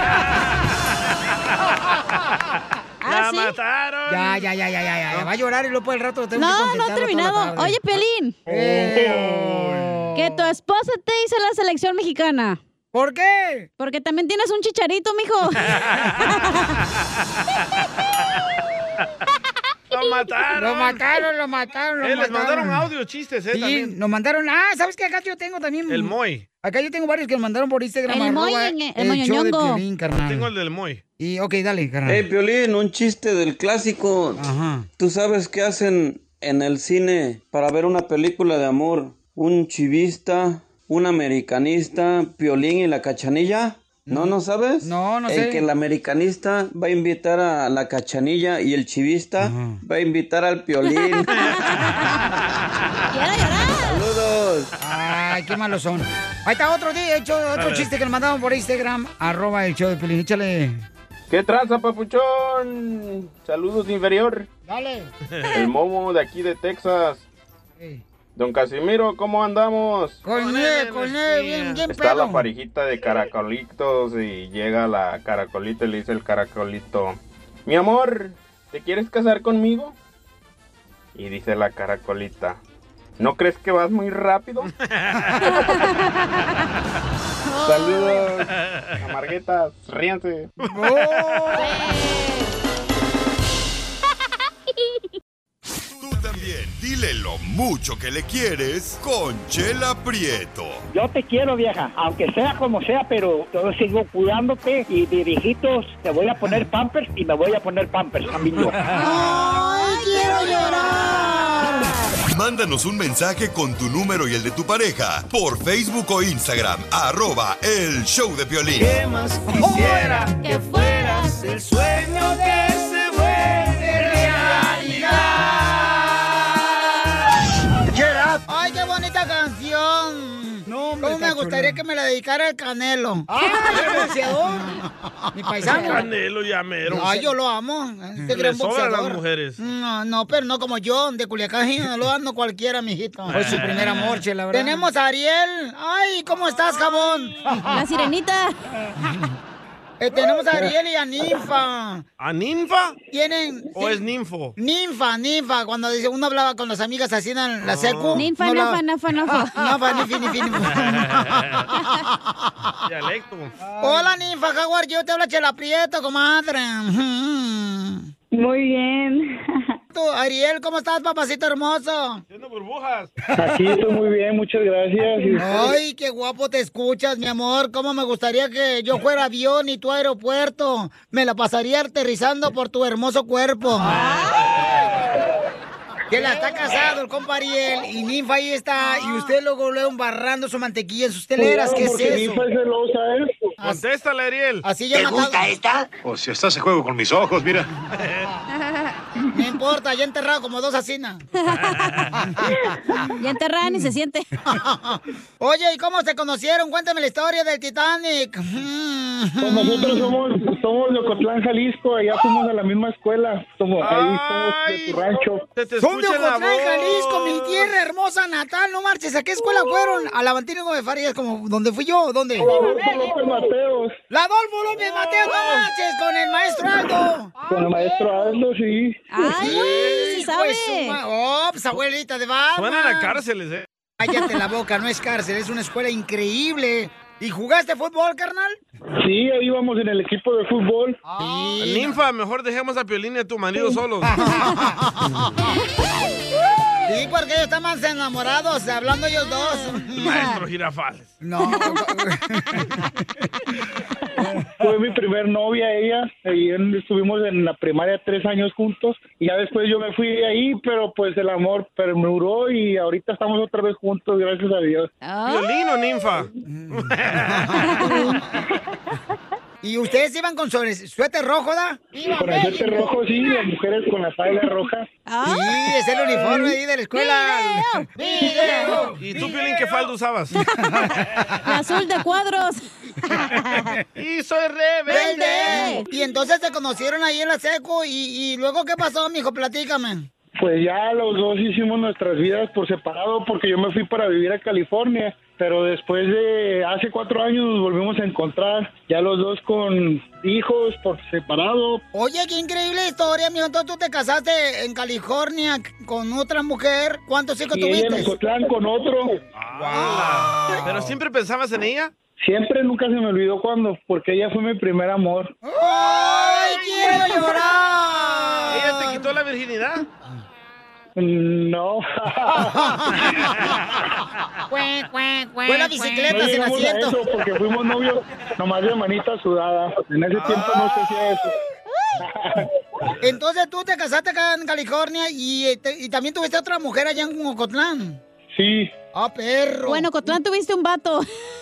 ¡La ¿sí? mataron! Ya, ya, ya, ya, ya, ya. Va a llorar y luego por el rato lo tengo que No, no contentarlo he toda la terminado. tarde. Oye, Pelín. Eh. Que tu esposa te dice la selección mexicana. ¿Por qué? Porque también tienes un chicharito, mijo. ¡Lo mataron! Lo mataron, lo mataron, lo Eh, les mataron. mandaron audio, chistes, ¿eh? Sí, También. nos mandaron. Ah, ¿sabes qué? Acá yo tengo también. El Moy. Acá yo tengo varios que nos mandaron por Instagram. El Moy, arroba el show de moñoñongo. Piolín, carnal. Tengo el del Moy. Y, ok, dale, carnal. Hey, Piolín, un chiste del clásico. Ajá. ¿Tú sabes qué hacen en el cine para ver una película de amor? Un chivista, un americanista, Piolín y la Cachanilla. ¿No, no sabes? No, no el sé. que el americanista va a invitar a la Cachanilla y el chivista va a invitar al Piolín. ¡Saludos! Ay, qué malos son. Ahí está otro día, hecho A otro ver. chiste que nos mandaron por Instagram. Arroba el show de Piolín. Échale. ¿Qué traza, papuchón? Saludos, inferior. Dale. El Momo de aquí de Texas. Don Casimiro, ¿cómo andamos? Con él, con él, bien, bien Está pedo. la parejita de caracolitos y llega la caracolita y le dice el caracolito, mi amor, ¿te quieres casar conmigo? Y dice la caracolita, ¿no crees que vas muy rápido? Saludos, amarguetas, ríanse. Tú también, dile lo mucho que le quieres con Chela Prieto. Yo te quiero, vieja, aunque sea como sea, pero yo sigo cuidándote y de viejitos te voy a poner pampers y me voy a poner pampers también yo. ¡Ay, quiero llorar! Mándanos un mensaje con tu número y el de tu pareja por Facebook o Instagram, arroba el show de Piolín. ¿Qué más quisiera que fueras el sueño que se vuelve realidad? ¡Ay, qué bonita canción! No, hombre, ¿cómo me gustaría que me la dedicara el Canelo? ¡Ay, el boxeador! Mi paisano. Canelo llamero. Ay, yo lo amo. Este Le gran sobran boxeador. las mujeres. No, no, pero no como yo, de Culiacán, no lo ando cualquiera, mijito. Fue su primer amor, che, la verdad. Tenemos a Ariel. Ay, ¿cómo estás, jabón? La sirenita. Eh, tenemos a Ariel y a Ninfa. ¿A Ninfa? Tienen... ¿O es ninfo? Ninfa, ninfa. Cuando dice, uno hablaba con las amigas así en la secu. Ninfa, no nafa, hablaba- nafa, nafa. Nafa, nifi, nifi, nifi. Dialecto. Hola, Ninfa, Jaguar. Yo te hablo Chela Prieto, comadre. Muy bien. Tú, Ariel, ¿cómo estás, papacito hermoso? Haciendo burbujas. Aquí estoy muy bien, muchas gracias. ¿Y usted? Ay, qué guapo te escuchas, mi amor. Cómo me gustaría que yo fuera avión y tu aeropuerto. Me la pasaría aterrizando por tu hermoso cuerpo. Que la está casado el compa Ariel y Ninfa ahí está. Y usted luego luego embarrando su mantequilla en sus teleras. ¿Qué es Porque eso? Ninfa es celosa, ¿eh? Contéstale, Ariel. Así ya matado. esta? O si estás en juego con mis ojos, mira. No importa, ya enterrado como dos asinas. Ya enterrada ni se siente. Oye, ¿y cómo se conocieron? Cuéntame la historia del Titanic. Pues nosotros somos, somos de Ocotlán, Jalisco, allá fuimos a la misma escuela. Somos, ahí somos de tu rancho. Son de Ocotlán, Jalisco, mi tierra hermosa natal. No marches, ¿a qué escuela fueron? A la Valentino Gómez Farías, como donde fui yo, ¿dónde? Adolfo López Mateos. La Adolfo López Mateos, no marches, con el maestro Aldo. Con el maestro Aldo, sí. Ay, güey, sí Hijo sabe. de su ma- Oh, pues abuelita de Batman. Suenan a cárceles, ¿eh? Cállate la boca, no es cárcel, es una escuela increíble. ¿Y jugaste fútbol, carnal? Sí, ahí íbamos en el equipo de fútbol. Ninfa, mejor dejemos a Piolín y a tu marido solos. Sí, porque ellos están más enamorados, hablando ellos dos. El maestro Girafales. No. Fue mi primer novia, ella. Ahí en- estuvimos en la primaria tres años juntos. Y ya después yo me fui de ahí, pero pues el amor perduró y ahorita estamos otra vez juntos, gracias a Dios. ¿Piolín o Ninfa? ¿Y ustedes iban con sobre- suéter rojo, da? Con el suéter rojo, sí, las mujeres con la falda roja. Sí, es el uniforme ahí de la escuela. ¡Video! ¿Y tú, Piolín, qué falda usabas? La azul de cuadros. ¡Y soy rebelde! Y entonces se conocieron ahí en la seco. ¿Y, y luego qué pasó, mijo? Platícame. Pues ya los dos hicimos nuestras vidas por separado porque yo me fui para vivir a California, pero después de hace cuatro años nos volvimos a encontrar, ya los dos con hijos por separado. Oye, qué increíble historia, mijo. Entonces tú te casaste en California con otra mujer. ¿Cuántos hijos Y ella en tuviste? Ocotlán con otro. Ah, ¿pero siempre pensabas en ella? Siempre, nunca se me olvidó cuando, porque ella fue mi primer amor. ¡Ay, quiero llorar! ¿Ella te quitó la virginidad? No. Fue la bicicleta No sin llegamos a asiento. eso porque fuimos novios nomás de manita sudada. En ese tiempo no se hacía eso. Entonces tú te casaste acá en California y, te- y también tuviste otra mujer allá en Ocotlán. Sí. Ah, perro. Bueno, Ocotlán tuviste un vato.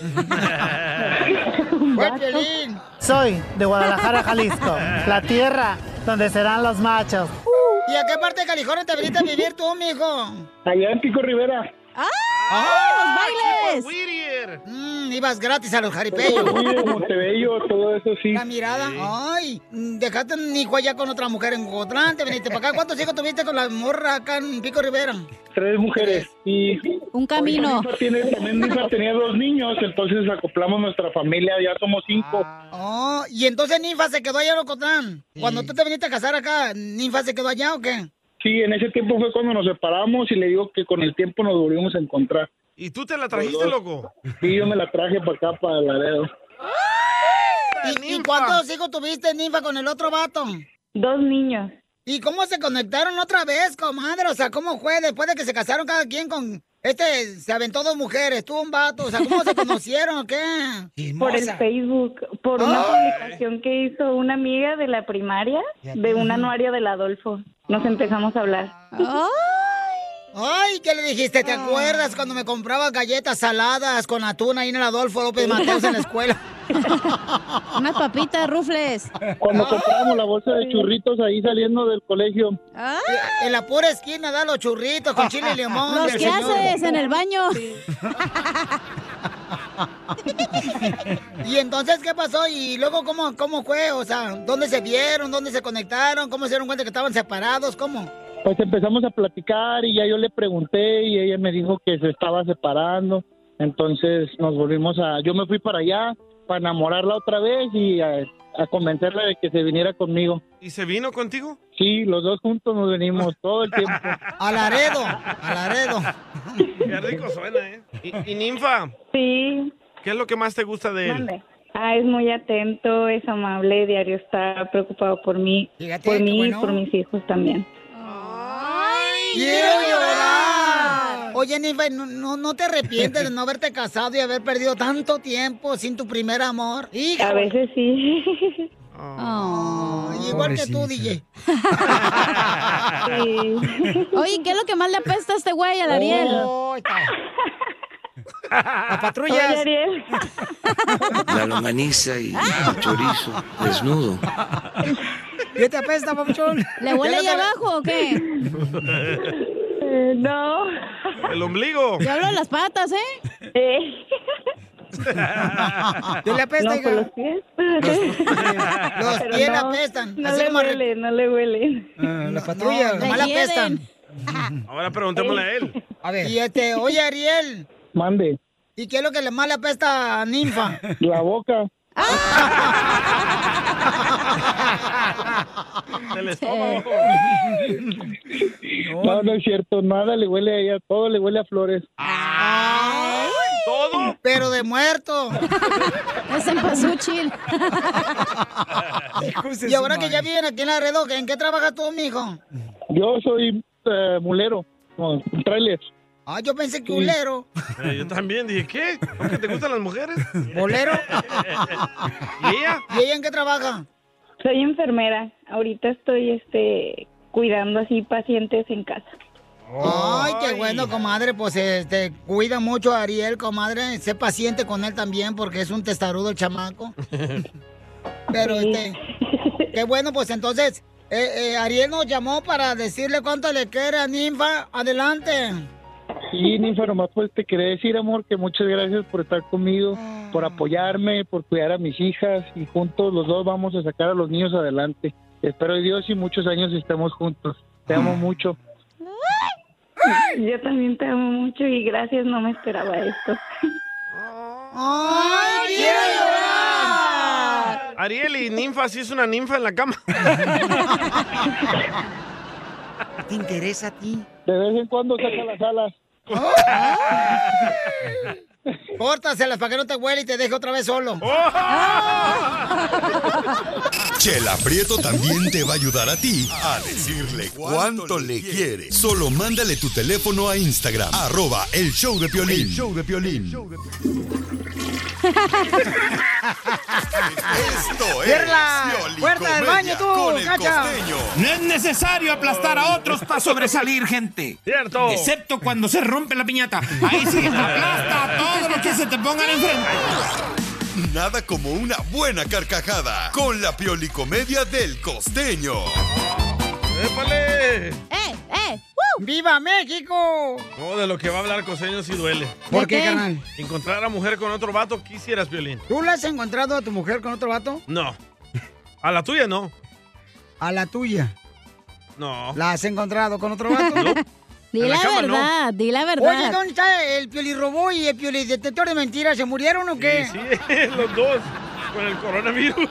Fue Piolín. Soy de Guadalajara, Jalisco, la tierra donde serán los machos. ¿Y a qué parte de California te viniste a vivir tú, mijo? Allá en Pico Rivera. ¡Ah! ¡Los bailes! Mm, ibas gratis a los jaripeos. Fui de Montebello, todo eso sí. La mirada. Ay, mm, dejaste un hijo allá con otra mujer en Ocotlán, te viniste para acá. ¿Cuántos hijos tuviste con la morra acá en Pico Rivera? Tres mujeres. Y un camino. Ninfa tiene, también Ninfa tenía dos niños, entonces acoplamos nuestra familia, ya somos cinco. Oh, y entonces Ninfa se quedó allá en Ocotlán. Cuando tú te viniste a casar acá, ¿Ninfa se quedó allá o qué? Sí, en ese tiempo fue cuando nos separamos y le digo que con el tiempo nos volvimos a encontrar. ¿Y tú te la trajiste, loco? Sí, yo me la traje para acá, para Laredo. ¿Y, ¿Y cuántos hijos tuviste, Ninfa, con el otro vato? Dos niños. ¿Y cómo se conectaron otra vez, comadre? O sea, ¿cómo fue después de que se casaron cada quien con... Este se aventó dos mujeres, tú un vato. O sea, ¿cómo se conocieron o qué? Por el Facebook, por una publicación que hizo una amiga de la primaria, de un anuario del Adolfo. Nos empezamos a hablar. Ay, ¿qué le dijiste? ¿Te acuerdas cuando me comprabas galletas saladas con atún ahí en el Adolfo López Mateos en la escuela? Unas papitas, rufles. Cuando compramos la bolsa de churritos ahí saliendo del colegio. En la pura esquina da los churritos con chile y limón. ¿Los del qué señor. haces en el baño? ¿Y entonces qué pasó? ¿Y luego cómo, cómo fue? O sea, ¿dónde se vieron? ¿Dónde se conectaron? ¿Cómo se dieron cuenta que estaban separados? ¿Cómo? Pues empezamos a platicar y ya yo le pregunté y ella me dijo que se estaba separando. Entonces nos volvimos a... Yo me fui para allá para enamorarla otra vez y a, a convencerla de que se viniera conmigo. ¿Y se vino contigo? Sí, los dos juntos nos venimos todo el tiempo. A Laredo, a Laredo. Qué rico suena, ¿eh? ¿Y, y Ninfa? Sí. ¿Qué es lo que más te gusta de él? Mande. Ah, es muy atento, es amable, diario está preocupado por mí, Fíjate, por qué mí bueno. y por mis hijos también. ¡Quiero llorar! Oye, Ninfa, ¿no, no, no te arrepientes de no haberte casado y haber perdido tanto tiempo sin tu primer amor? ¡Hijo! A veces sí. Oh, igual que tú, D J. Sí. Oye, ¿qué es lo que más le apesta a este güey, al Ariel? Oh, las patrullas. Oye, Ariel. La longaniza y el chorizo desnudo. ¿Qué te apesta, papuchón? ¿Le huele ahí abajo o qué? Eh, no. ¿El ombligo? Yo hablo de las patas, ¿eh? Eh. ¿Qué le apesta, No, hija? por los pies. Los Pero pies le no, apestan. No así le como re- huele, no le huele. Ah, las patrullas, No, nomás le le apestan. Ahora preguntémosle a él. A ver. Y este, oye, Ariel, Mande, ¿y qué es lo que le más le apesta a Ninfa? la boca. Del estómago. No, no es cierto, nada le huele a ella, todo le huele a flores. Ay, ¿Todo? pero de muerto. Es en Pazúchil. Y ahora que ya viven aquí en Laredo, ¿en qué trabajas tú, mijo? Yo soy eh, mulero, no, trailer. Ah, yo pensé que ulero. Eh, yo también dije, ¿qué? ¿Cómo que te gustan las mujeres? ¿Bolero? ¿Y ella? ¿Y ella en qué trabaja? Soy enfermera. Ahorita estoy este cuidando así pacientes en casa. Ay, qué bueno, comadre. Pues este, cuida mucho a Ariel, comadre. Sé paciente con él también porque es un testarudo el chamaco. Pero Sí. este, qué bueno, pues entonces, eh, eh, Ariel nos llamó para decirle cuánto le quiere a Ninfa. Adelante. Sí, Ninfa, nomás pues te quería decir, amor, que muchas gracias por estar conmigo, por apoyarme, por cuidar a mis hijas y juntos los dos vamos a sacar a los niños adelante. Espero Dios y muchos años estemos juntos. Te amo mucho. Yo también te amo mucho y gracias, no me esperaba esto. ¡Ay, quiero llorar! Ariel, ¿y Ninfa sí es una ninfa en la cama? ¿Te interesa a ti? De vez en cuando saca las alas. Córtaselas para que no te huele y te deje otra vez solo. Chela Prieto también te va a ayudar a ti a decirle cuánto le quiere. Solo mándale tu teléfono a Instagram, arroba el show de Piolín. El show de Piolín. Esto es ¡Cierra la puerta del baño tú, con el Cacha! Costeño. No es necesario aplastar a otros para sobresalir, gente. Cierto. Excepto cuando se rompe la piñata. Ahí sí, aplasta a todos los que se te pongan enfrente. Nada como una buena carcajada con la piolicomedia del Costeño. ¡Épale! ¡Eh, eh! ¡Viva México! No, de lo que va a hablar Costeño sí duele. ¿Por qué, carnal? Encontrar a mujer con otro vato, quisieras, Piolín. ¿Tú la has encontrado a tu mujer con otro vato? No. A la tuya no. A la tuya. No. ¿La has encontrado con otro vato? No. Di En la la cama, verdad, di la verdad. Oye, ¿dónde está el piolirrobó y el piolidetector de mentiras? ¿Se murieron o qué? Sí, sí, los dos. Con el coronavirus.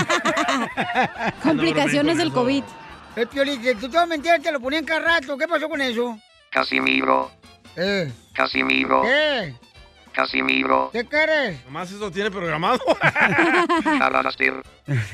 Complicaciones del COVID. El piolidetector de mentiras te lo ponían cada rato. ¿Qué pasó con eso? Casimiro, Eh. Casimiro, ¿Qué? Casimiro, ¿Qué quieres? Nomás eso tiene programado. Alastir.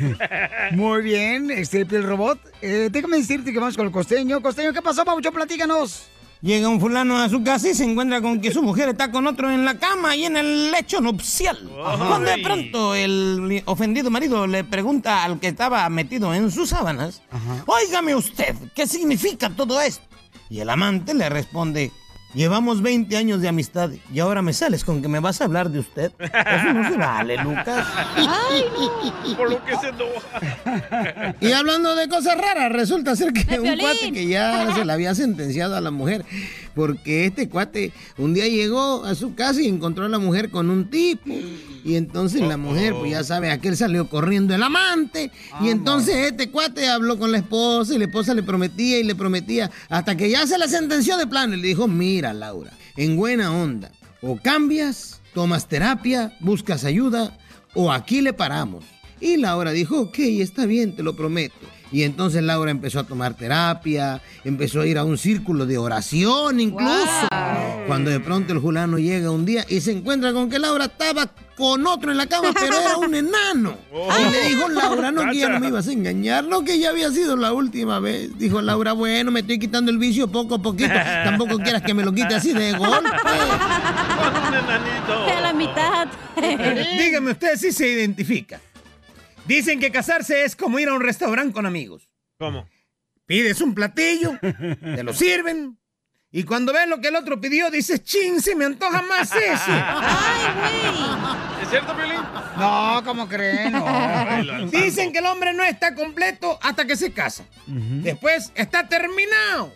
Muy bien, este piel robot. Eh, déjame decirte que vamos con el Costeño. Costeño, ¿qué pasó, Paucho? Platícanos. Llega un fulano a su casa y se encuentra con que su mujer está con otro en la cama y en el lecho nupcial. Cuando de pronto el ofendido marido le pregunta al que estaba metido en sus sábanas, óigame usted, ¿qué significa todo esto? Y el amante le responde, llevamos veinte años de amistad y ahora me sales con que me vas a hablar de usted. Eso no se vale, Lucas. Ay, no. Por lo que se enoja. Y hablando de cosas raras, resulta ser que ¡De un Piolín! cuate que ya se le había sentenciado a la mujer, porque este cuate un día llegó a su casa y encontró a la mujer con un tipo. Y entonces la mujer, pues ya sabe, aquel salió corriendo el amante. Y entonces este cuate habló con la esposa y la esposa le prometía y le prometía, hasta que ya se la sentenció de plano. Y le dijo, mira, Laura, en buena onda, o cambias, tomas terapia, buscas ayuda, o aquí le paramos. Y Laura dijo, ok, está bien, te lo prometo. Y entonces Laura empezó a tomar terapia, empezó a ir a un círculo de oración incluso. Wow. Cuando de pronto el fulano llega un día y se encuentra con que Laura estaba con otro en la cama, pero era un enano. Oh. Y le dijo, Laura, no, que ya no me ibas a engañar, no, que ya había sido la última vez. Dijo Laura, bueno, me estoy quitando el vicio poco a poquito. Tampoco quieras que me lo quite así de golpe. Con un enanito. A la mitad. Dígame usted si se identifica. Dicen que casarse es como ir a un restaurante con amigos. ¿Cómo? Pides un platillo, te lo sirven, y cuando ves lo que el otro pidió, dices, chin, se me antoja más ese. ¡Ay, güey! ¿Es cierto, Piolín? No, ¿cómo creen? No. Dicen que el hombre no está completo hasta que se casa. Uh-huh. Después está terminado.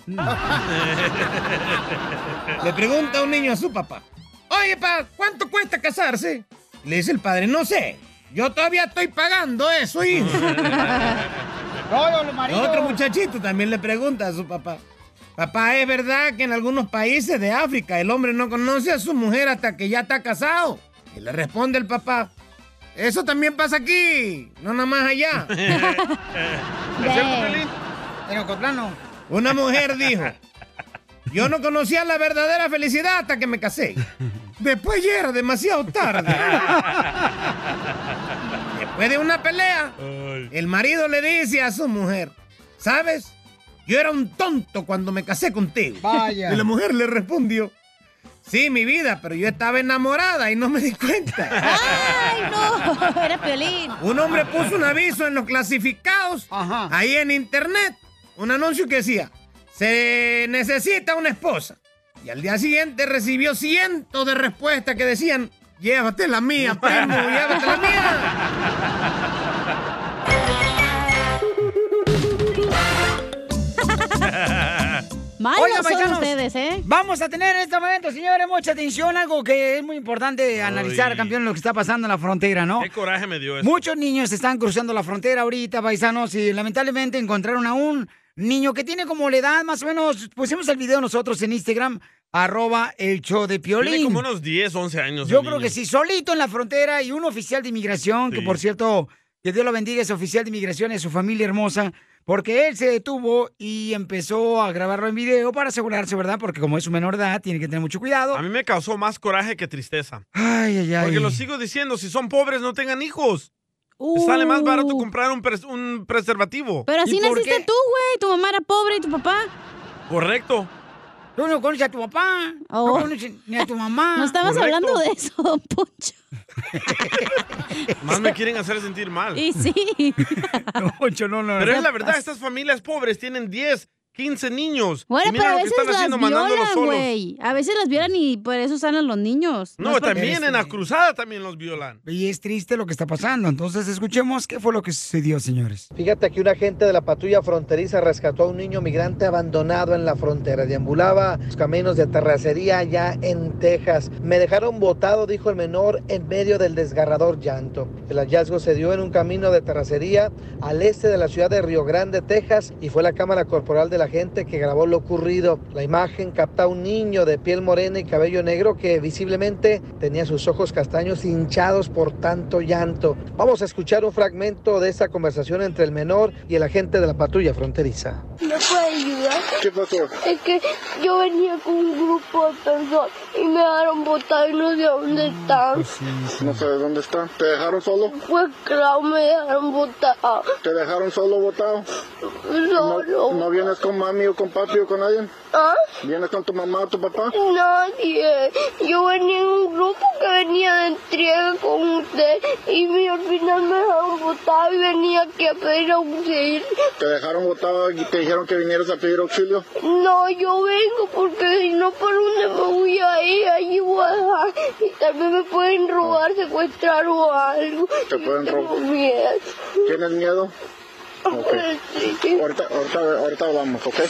Le pregunta un niño a su papá, oye, pa, ¿cuánto cuesta casarse? Le dice el padre, no sé. Yo todavía estoy pagando eso, hijo. Todos los maridos. Otro muchachito también le pregunta a su papá. Papá, ¿es verdad que en algunos países de África el hombre no conoce a su mujer hasta que ya está casado? Y le responde el papá, eso también pasa aquí, no nada más allá. ¿Es cierto, Piolín? En Ocotlano. Una mujer dijo, yo no conocía la verdadera felicidad hasta que me casé. Después ya era demasiado tarde. Después de una pelea, el marido le dice a su mujer, ¿sabes? Yo era un tonto cuando me casé contigo. Vaya. Y la mujer le respondió, sí, mi vida, pero yo estaba enamorada y no me di cuenta. ¡Ay, no! Era Piolín. Un hombre puso un aviso en los clasificados, Ajá. ahí en internet, un anuncio que decía, se necesita una esposa. Y al día siguiente recibió cientos de respuestas que decían, llévate la mía, primo, llévate la mía. Malos Oiga, son ustedes, ¿eh? Vamos a tener en este momento, señores, mucha atención, algo que es muy importante analizar, Ay. campeón, lo que está pasando en la frontera, ¿no? Qué coraje me dio eso. Muchos niños están cruzando la frontera ahorita, paisanos, y lamentablemente encontraron a un niño que tiene como la edad más o menos, pusimos el video nosotros en Instagram, arroba el show de Piolín. Tiene como unos diez, once años. Yo creo niño. que sí, solito en la frontera, y un oficial de inmigración, sí. que por cierto, que Dios lo bendiga, ese oficial de inmigración y a su familia hermosa, porque él se detuvo y empezó a grabarlo en video para asegurarse, ¿verdad? Porque como es un menor de edad, tiene que tener mucho cuidado. A mí me causó más coraje que tristeza. Ay, Ay, ay, ay. Porque lo sigo diciendo, si son pobres, no tengan hijos. Uh. Sale más barato comprar un, pres- un preservativo. Pero así naciste tú, güey. Tu mamá era pobre y tu papá. Correcto. Tú no conoces a tu papá, Oh. no conoces ni a tu mamá. No estabas Correcto. hablando de eso, don Poncho. Más me quieren hacer sentir mal. Y sí. Poncho, no, no. Pero es la verdad, estas familias pobres tienen diez, quince niños. Bueno, y mira pero a lo que veces están las haciendo, mandándolos violan, solos. güey. A veces las violan y por eso salen los niños. No, es porque- también en la cruzada también los violan. Y es triste lo que está pasando. Entonces, escuchemos qué fue lo que sucedió, señores. Fíjate que un agente de la patrulla fronteriza rescató a un niño migrante abandonado en la frontera. Deambulaba los caminos de terracería allá en Texas. Me dejaron botado, dijo el menor, en medio del desgarrador llanto. El hallazgo se dio en un camino de terracería al este de la ciudad de Río Grande, Texas, y fue la cámara corporal del agente que grabó lo ocurrido. La imagen capta a un niño de piel morena y cabello negro que visiblemente tenía sus ojos castaños hinchados por tanto llanto. Vamos a escuchar un fragmento de esa conversación entre el menor y el agente de la patrulla fronteriza. ¿Me puede ayudar? ¿Qué pasó? Es que yo venía con un grupo de personas y me dejaron botar y no sé dónde están. No sé dónde están. ¿Te dejaron solo? Pues claro, me dejaron botar. ¿Te dejaron solo botado? Solo. ¿No, no vienes con mami o con papi o con alguien? ¿Ah? ¿Vienes con tu mamá o tu papá? Nadie. Yo venía en un grupo que venía de entrega con usted y me- al final me dejaron botar y venía aquí a pedir auxilio. ¿Te dejaron botado y te dijeron que vinieras a pedir auxilio? No, yo vengo porque si no, ¿por dónde me voy a ir? Allí voy a dejar y tal vez me pueden robar, secuestrar o algo. Te pueden Tengo robar. miedo. ¿Tienes miedo? Ok. Ahorita, ahorita, ahorita vamos, ¿ok?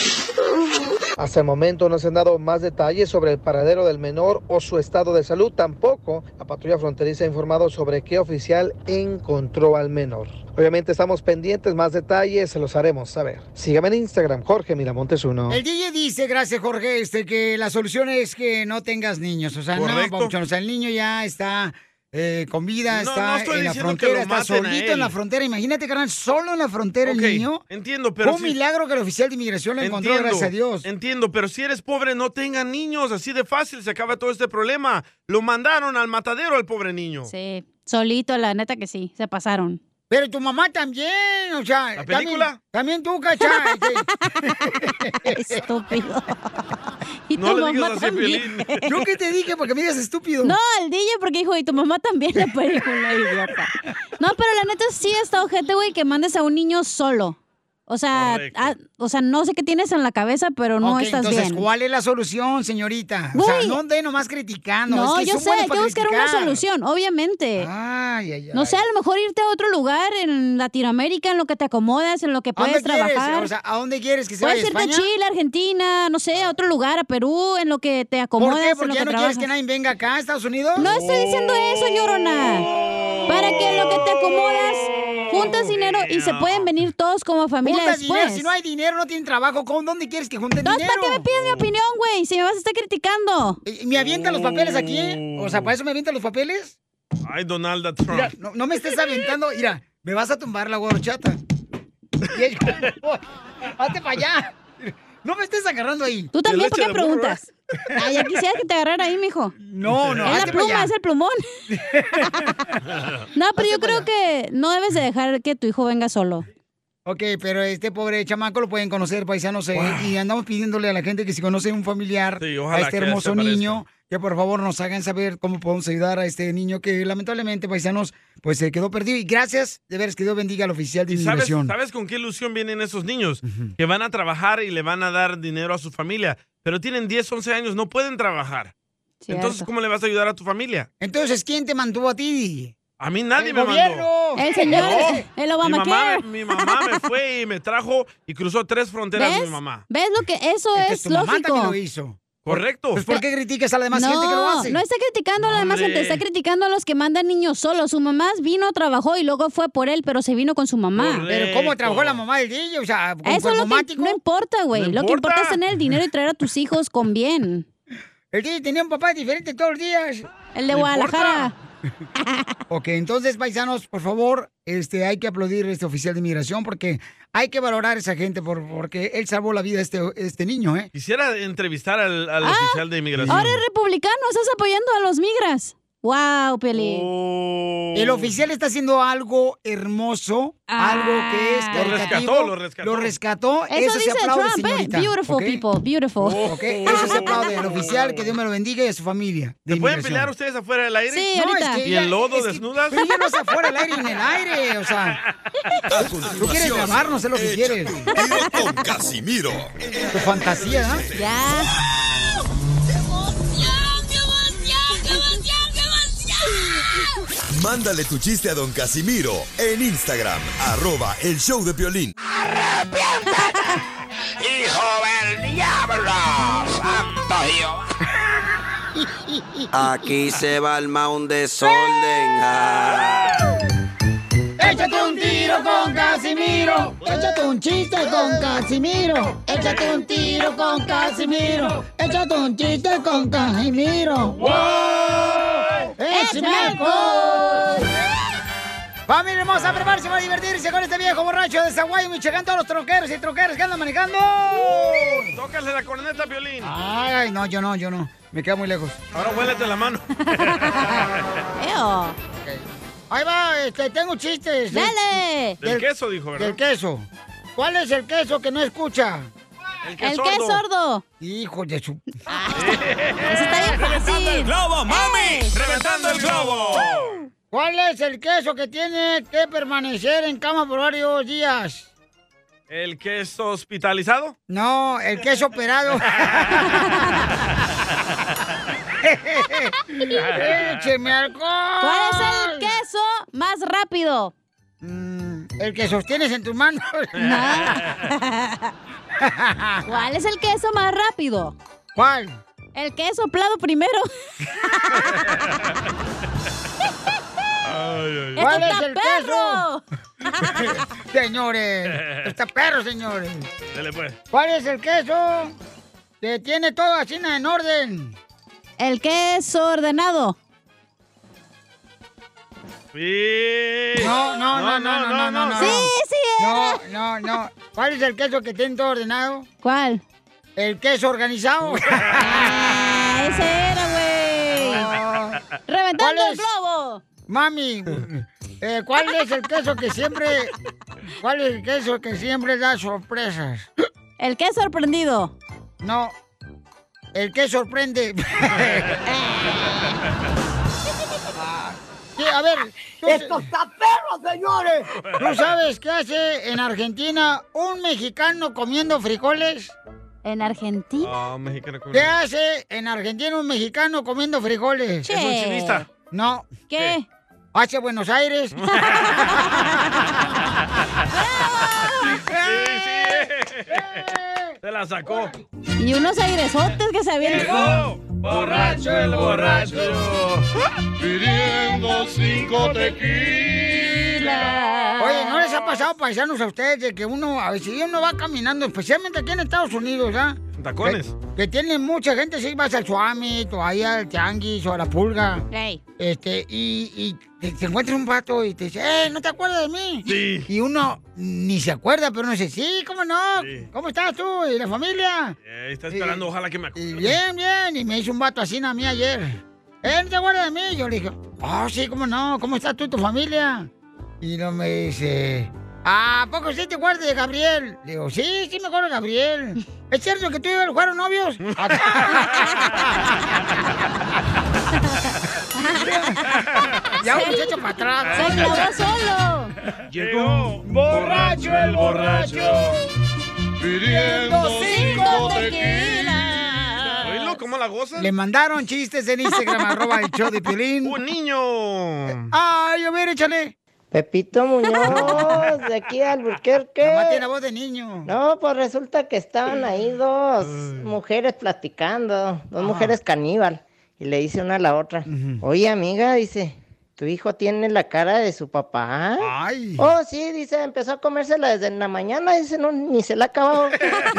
Hasta el momento no se han dado más detalles sobre el paradero del menor o su estado de salud. Tampoco la patrulla fronteriza ha informado sobre qué oficial encontró al menor. Obviamente estamos pendientes, más detalles se los haremos saber. Sígame en Instagram, Jorge Miramontes uno. El D J dice, gracias Jorge, este, que la solución es que no tengas niños. O sea, no, Correcto. Papuchón, o sea, el niño ya está eh, con vida, No, está no estoy en la diciendo que frontera, lo está maten a solito él. en la frontera. Imagínate, carnal, solo en la frontera Ok, el niño. entiendo, pero Fue un si- milagro que el oficial de inmigración lo encontró, gracias a Dios. Entiendo, pero si eres pobre, no tengan niños. Así de fácil se acaba todo este problema. Lo mandaron al matadero al pobre niño. Sí, solito, la neta que sí, se pasaron. Pero tu mamá también, o sea. ¿La película? También, también tú, Cacha. Estúpido. Y No tu le digas mamá así a también. Piolín. ¿Yo qué te dije? Porque me digas estúpido. No, el D J porque dijo, y tu mamá también la película, idiota. No, pero la neta sí está ojete, güey, que mandes a un niño solo. O sea, Correcto. ah, o sea, no sé qué tienes en la cabeza, pero no Ok, estás entonces, bien. ¿cuál es la solución, señorita? O sea, Güey. no ande nomás criticando. No, es que yo son sé, buenos hay que para buscar una criticar. solución, obviamente. Ay, ay, ay. No sé, a lo mejor irte a otro lugar en Latinoamérica, en lo que te acomodas, en lo que ¿A dónde puedes quieres? trabajar. O sea, ¿a dónde quieres que se Puedes vaya? irte a ¿España? Chile, Argentina, no sé, a otro lugar, a Perú, en lo que te acomodas, ¿Por qué? en ¿Porque lo ya que no trabajas. quieres que nadie venga acá a Estados Unidos? No estoy diciendo eso, llorona. Para que en lo que te acomodas, juntas dinero y se pueden venir todos como familia Juntas después. dinero. Si no hay dinero, no tienen trabajo. ¿Con dónde quieres que junten Entonces, dinero? ¿para qué me pides mi opinión, güey? Si me vas a estar criticando. ¿Y ¿Me avientan los papeles aquí? O sea, ¿para eso me avientan los papeles? Ay, Donald Trump. Mira, no, no me estés aventando. Mira, me vas a tumbar la gorchata. Y ella- Hazte para allá. No me estés agarrando ahí. Tú también, ¿por leche qué de burro, preguntas? Ay, ya quisieras que te agarrara ahí, mijo. No, no, Es la hazte para pluma, allá. es el plumón. No, pero yo Hazte creo para que no debes de dejar que tu hijo venga solo. Ok, pero este pobre chamaco lo pueden conocer, paisanos, eh, y andamos pidiéndole a la gente que si conoce un familiar Sí, a ojalá este que hermoso se aparezca. niño, que por favor nos hagan saber cómo podemos ayudar a este niño que lamentablemente, paisanos, pues se quedó perdido. Y gracias, de veras, que Dios bendiga al oficial de ¿Y sabes, inmigración. sabes con qué ilusión vienen esos niños? Que van a trabajar y le van a dar dinero a su familia, pero tienen diez, once años, no pueden trabajar. Cierto. Entonces, ¿cómo le vas a ayudar a tu familia? Entonces, ¿quién te mantuvo a ti? A mí nadie ¡El me gobierno! mandó. El señor, No. el Mi mamá, Obamacare. mi mamá me fue y me trajo y cruzó tres fronteras ¿Ves? mi mamá. ¿Ves lo que eso Entonces, es tu mamá lógico? también lo hizo. Correcto. Pues, ¿por qué criticas a la demás no, gente que lo hace? no está criticando a la demás Hombre. gente, está criticando a los que mandan niños solos. Su mamá vino, trabajó y luego fue por él, pero se vino con su mamá. Correcto. Pero ¿cómo trabajó la mamá del niño? O sea, ¿con Eso es lo que automático? no importa, güey. No Lo que importa importa. es tener el dinero y traer a tus hijos con bien. El niño tenía un papá diferente todos los días. El de No Guadalajara. Ok, entonces, paisanos, por favor, este, hay que aplaudir a este oficial de inmigración porque hay que valorar a esa gente por, porque él salvó la vida de este, este niño, ¿eh? Quisiera entrevistar al, al Ah, oficial de inmigración. Ahora es republicano, estás apoyando a los migras. Wow, Pelín. El oficial está haciendo algo hermoso, Ah. algo que es Lo caritativo. rescató, lo rescató. Lo rescató. Eso, se dice aplaude, Trump, ¿eh? señorita. Beautiful ¿ok? people, beautiful. Ok, eso se aplaude al oficial, que Dios me lo bendiga y a su familia. de ¿Se pueden inmigración. pelear ustedes afuera del aire? Sí, No, ahorita. es que ¿Y ella- en lodo es que- desnudas? Pero ella no está afuera del aire ni en el aire, o sea. A Tú quieres continuación, grabarnos, es lo que échate quieres. un tiro con Casimiro. Tu fantasía, ¿eh? Ya. Mándale tu chiste a don Casimiro en Instagram, arroba el show de Piolín. ¡Hijo del diablo! ¡Santo Jehová! Aquí se va el un desorden. Ah. Échate un tiro con Casimiro. Échate un chiste con Casimiro. Échate un tiro con Casimiro. Échate un chiste con Casimiro. ¡Wow! ¡Échame alcohol! Familia hermosa, prepárense para divertirse con este viejo borracho de Zaguayo, Michoacán. Todos los troqueros y troqueros que andan manejando. Tócale la corneta, Piolín. Ay, no, yo no, yo no. Me queda muy lejos. Ahora huélete la mano. Eo. Ahí va, este, tengo chistes. Dale. Del queso, dijo, ¿verdad? Del queso. ¿Cuál es el queso que no escucha? El que El es que es sordo. sordo. Hijo de su... Eso está bien ¡Reventando el fácil. globo, mami! ¡Ey! ¡Reventando el globo! ¿Cuál es el queso que tiene que permanecer en cama por varios días? ¿El queso hospitalizado? No, el queso operado. ¡Écheme alcohol! ¿Cuál es el queso más rápido? Mm, el que sostienes en tus manos. No. ¿Cuál es el queso más rápido? ¿Cuál? El que es soplado primero. Ay, ay, ay. ¿Cuál ¡Esto es está el perro! queso? Señores, está perro, señores. Dele, pues. ¿Cuál es el queso que tiene todo así en orden? El queso ordenado. Sí. No, no, no, no, no, no, no, no. Sí, sí No, era. no, no. ¿Cuál es el queso que tiene todo ordenado? ¿Cuál? El queso organizado. Ah, ese era, güey. No. ¡Reventando ¿Cuál el es? globo! Mami, eh, ¿cuál es el queso que siempre... ¿Cuál es el queso que siempre da sorpresas? El que es sorprendido. No, el que sorprende. Sí, a ver. tú- ¡Esto está perro, señores! ¿Tú sabes qué hace en Argentina un mexicano comiendo frijoles? ¿En Argentina? Ah, mexicano con- ¿Qué hace en Argentina un mexicano comiendo frijoles? Che. Es un chinista. No, ¿Qué? hace Buenos Aires. Sí, sí. Se la sacó. Y unos airesotes que se habían... Llegó borracho el borracho pidiendo cinco tequilas. Oye, ¿no les ha pasado, paisanos, a ustedes de que uno, a veces uno va caminando, especialmente aquí en Estados Unidos, ¿ah? Tacones. Que, que tiene mucha gente, si vas al Suamit o ahí al Tianguis o a la Pulga. Ey. Este, y, y te, te encuentras un vato y te dice, ¡eh, no te acuerdas de mí! Sí. Y uno ni se acuerda, pero uno dice, sí, ¿cómo no? Sí. ¿Cómo estás tú y la familia? Eh, está esperando, ojalá que me Y acuerde. bien, bien. Y me hizo un vato así a mí ayer. ¿Eh, no te acuerdas de mí? Yo le dije, oh, sí, ¿cómo no? ¿Cómo estás tú y tu familia? Y no me dice, ¿a poco sí te acuerdas de Gabriel? Le digo, sí, sí me acuerdo de Gabriel. ¿Es cierto que tú y él fueron novios? Ya un muchacho para atrás. ¡Se clavó solo! Llegó borracho el borracho, pidiendo cinco tequilas. Oílo, ¿cómo la goza? Le mandaron chistes en Instagram, arroba el show de Piolín. ¡Un niño! Ay, a ver, échale. Pepito Muñoz, de aquí al Albuquerque. Mamá tiene voz de niño. No, pues resulta que estaban ahí dos mujeres platicando, dos mujeres caníbal. Y le dice una a la otra, oye amiga, dice, ¿tu hijo tiene la cara de su papá? Ay. Oh, sí, dice, empezó a comérsela desde la mañana, dice, no, ni se la ha acabado.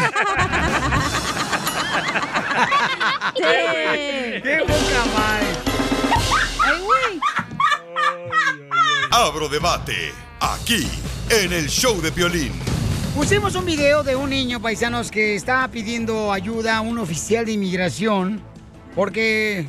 Sí. ¡Qué boca mal! ¡Ay, güey! Abro debate, aquí, en el show de Piolín. Pusimos un video de un niño, paisanos, que está pidiendo ayuda a un oficial de inmigración porque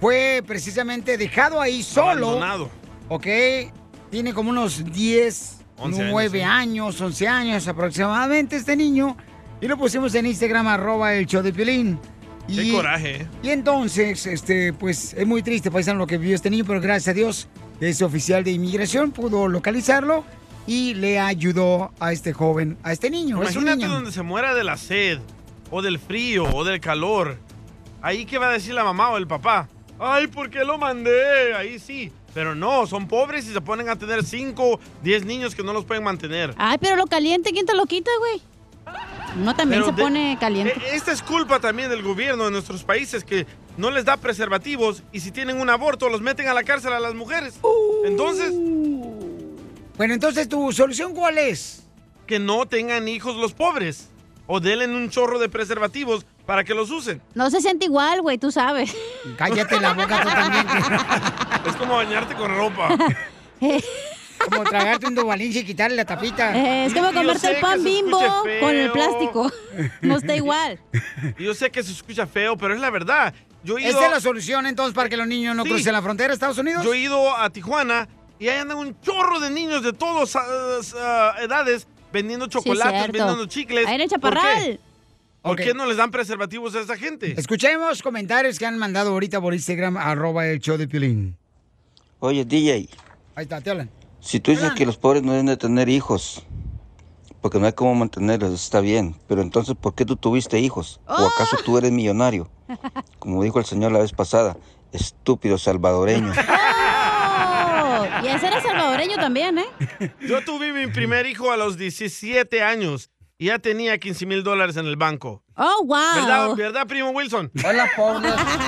fue precisamente dejado ahí solo. Abandonado. Ok, tiene como unos diez, once nueve años, once años aproximadamente este niño. Y lo pusimos en Instagram, arroba el show de Piolín. Qué coraje, ¿eh? Y entonces, este, pues es muy triste, paisano, lo que vivió este niño, pero gracias a Dios, ese oficial de inmigración pudo localizarlo y le ayudó a este joven, a este niño. Es un Imagínate niño. donde se muera de la sed, o del frío, o del calor. Ahí, ¿qué va a decir la mamá o el papá? Ay, ¿por qué lo mandé? Ahí sí. Pero no, son pobres y se ponen a tener cinco, diez niños que no los pueden mantener. Ay, pero lo caliente, ¿quién te lo quita, güey? Uno también Pero se de- pone caliente. e- Esta es culpa también del gobierno de nuestros países que no les da preservativos y si tienen un aborto los meten a la cárcel a las mujeres. Entonces... Bueno, entonces, ¿tu solución cuál es? Que no tengan hijos los pobres. O denle un chorro de preservativos para que los usen. No se siente igual, güey, tú sabes. Cállate la boca tú también. Es como bañarte con ropa. Como tragarte un dovalinche y quitarle la tapita. Eh, es como Yo comerte sé el pan que se Bimbo escuche con el feo. plástico. No está igual. Y yo sé que se escucha feo, pero es la verdad. Yo he ido... ¿Esa es la solución entonces para que los niños no Sí. crucen la frontera de Estados Unidos? Yo he ido a Tijuana y ahí andan un chorro de niños de todas edades vendiendo chocolates, cierto. vendiendo chicles. Ahí en el ¿Por Chaparral. qué? ¿Por Ok. qué no les dan preservativos a esa gente? Escuchemos comentarios que han mandado ahorita por Instagram, arroba el show de Piolín. Oye, D J, Ahí está, te hablan. si tú dices que los pobres no deben de tener hijos, porque no hay cómo mantenerlos, está bien. Pero entonces, ¿por qué tú tuviste hijos? ¿O acaso tú eres millonario? Como dijo el señor la vez pasada, estúpido salvadoreño. Oh, y ese era salvadoreño también, ¿eh? Yo tuve mi primer hijo a los diecisiete años y ya tenía quince mil dólares en el banco. Oh, wow. ¿Verdad, ¿verdad, primo Wilson? Hola, pobre.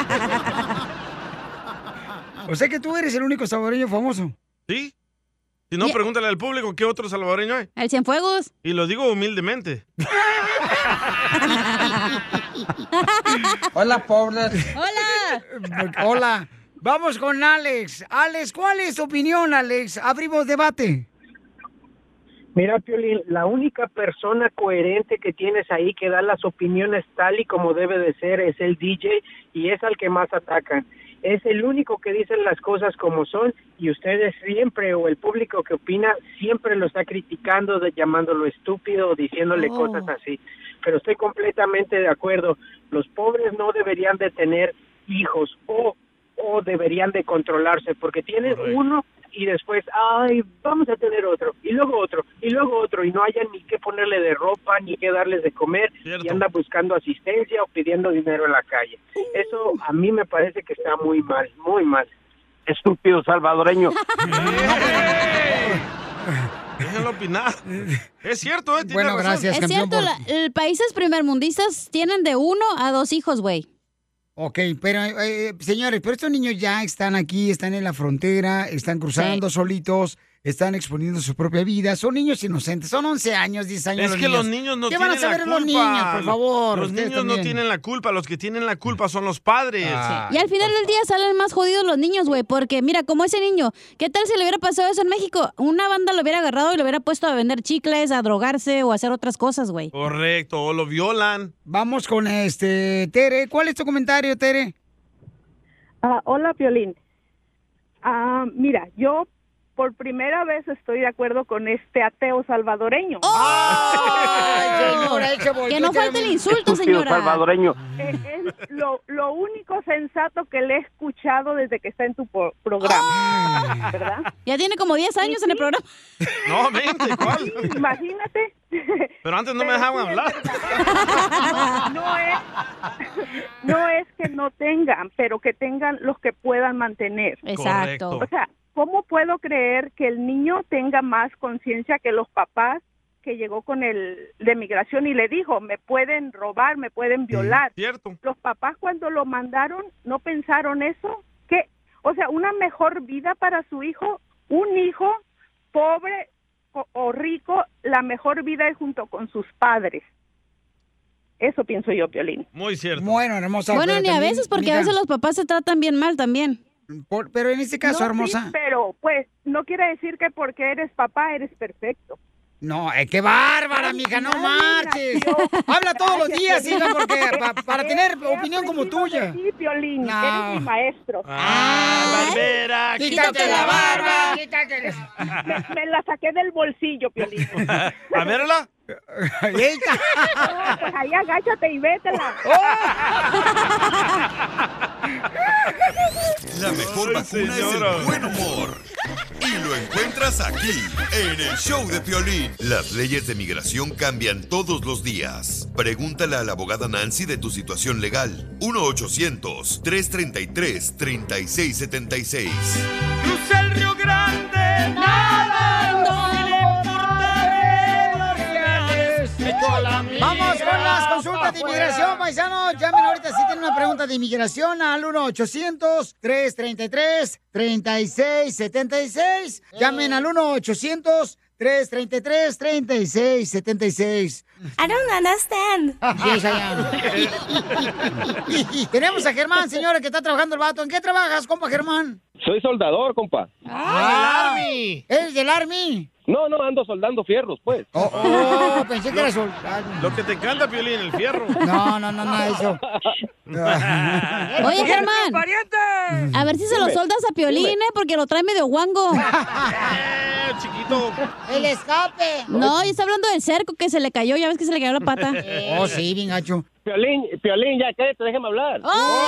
O sea que tú eres el único salvadoreño famoso. ¿Sí? Si no, Ya- pregúntale al público qué otro salvadoreño hay. El Cienfuegos. Y lo digo humildemente. Hola, pobre. Hola. Hola. Vamos con Alex. Alex, ¿cuál es tu opinión, Alex? Abrimos debate. Mira, Piolín, la única persona coherente que tienes ahí que da las opiniones tal y como debe de ser es el D J y es al que más atacan. Es el único que dice las cosas como son y ustedes siempre, o el público que opina, siempre lo está criticando, de, llamándolo estúpido o diciéndole Oh. cosas así. Pero estoy completamente de acuerdo. Los pobres no deberían de tener hijos o, o deberían de controlarse porque tienen uno y después, ay, vamos a tener otro, y luego otro, y luego otro, y no hayan ni qué ponerle de ropa, ni qué darles de comer, y anda buscando asistencia o pidiendo dinero en la calle. Eso a mí me parece que está muy mal, muy mal. Estúpido salvadoreño. Déjenlo opinar. Es cierto, ¿eh? Tiene Bueno, razón. gracias, Es campeón. cierto, por- la- el países primermundistas tienen de uno a dos hijos, güey. Ok, pero eh, señores, pero estos niños ya están aquí, están en la frontera, están cruzando solitos, están exponiendo su propia vida. Son niños inocentes, son once años, diez años. Es que los niños no ¿Qué tienen van a saber la los culpa. niños, por favor? Los Ustedes niños no también. tienen la culpa. Los que tienen la culpa son los padres. Ah. Y al final del día salen más jodidos los niños, güey, porque mira, como ese niño, ¿qué tal si le hubiera pasado eso en México? Una banda lo hubiera agarrado y lo hubiera puesto a vender chicles, a drogarse o a hacer otras cosas, güey. Correcto, o lo violan. Vamos con este, Tere. ¿Cuál es tu comentario, Tere? Ah, hola, Piolín. Ah, mira, yo por primera vez estoy de acuerdo con este ateo salvadoreño. Ay, señora, él se volteó, Que no falte Tere. el insulto, Estúpido señora. salvadoreño. Es, es lo, lo único sensato que le he escuchado desde que está en tu po- programa, ¿verdad? Ya tiene como diez años en el programa. No, veinte, ¿cuál? Imagínate. Pero antes no me dejaban hablar. No, no es, no es que no tengan, pero que tengan los que puedan mantener. Exacto. O sea, ¿cómo puedo creer que el niño tenga más conciencia que los papás que llegó con el de migración y le dijo, me pueden robar, me pueden violar? Cierto. Los papás cuando lo mandaron no pensaron eso, que, o sea, una mejor vida para su hijo, un hijo pobre o, o rico, la mejor vida es junto con sus padres. Eso pienso yo, Piolín. Muy cierto. Bueno, hermosa. Bueno, pero ni a también, veces, porque mija, a veces los papás se tratan bien mal también. por- pero en este caso, No, hermosa. sí, pero pues no quiere decir que porque eres papá eres perfecto. No, eh, qué bárbara, mija, no marches. Habla todos los días, hija, porque pa- para tener opinión como tuya. Sí, Piolín, No. eres mi maestro. Ah, Barbera, quítate la barba. Quítate. Me, me la saqué del bolsillo, Piolín. A verla. No, pues ahí agáchate y vétela. La mejor vacuna es el buen humor. Y lo encuentras aquí, en el show de Piolín. Las leyes de migración cambian todos los días. Pregúntale a la abogada Nancy de tu situación legal. uno ochocientos, tres treinta y tres, treinta y seis setenta y seis. Crucé el Río Grande nadando sin Vamos con las consultas de inmigración, paisanos. Llamen ahorita si tienen una pregunta de inmigración al uno ochocientos, tres treinta y tres, treinta y seis setenta y seis. Llamen al uno ochocientos, tres treinta y tres, treinta y seis setenta y seis. I don't understand. Yes, I am. Tenemos a Germán, señores, que está trabajando el vato. ¿En qué trabajas, compa Germán? Soy soldador, compa. ¡Ah, del Army! ¿Eres del Army? No, no, ando soldando fierros, pues. Oh, oh, pensé que era soldado. Lo que te encanta, Piolín, el fierro. No, no, no, nada de eso. Oye, Germán, a ver si se lo Dime. soldas a Piolín, Dime. ¿eh? Porque lo trae medio guango. Eh, chiquito. El escape. No, y está hablando del cerco que se le cayó, ya ves que se le cayó la pata. Oh, sí, bien gacho. Piolín, Piolín, ya cállate, déjame hablar.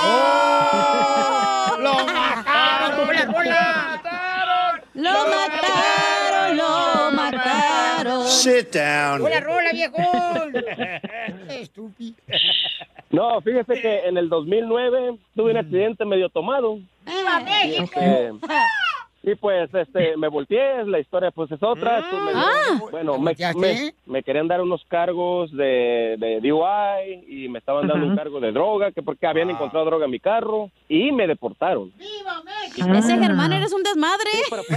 ¡Oh! ¡Lo mataron! ¡Bola, bola! ¡Lo mataron! ¡Lo mataron! Sit down. ¡Rola, rola, viejón! Estúpido. No, fíjese que en el dos mil nueve tuve un accidente medio tomado. ¡Viva México! Este, y pues, este, me volteé, la historia pues es otra. Estuve medio- Ah. bueno, me, ¿Ya me, qué? me querían dar unos cargos de, de D U I y me estaban dando un cargo de droga, que porque habían encontrado droga en mi carro y me deportaron. Ese Germán, eres un desmadre.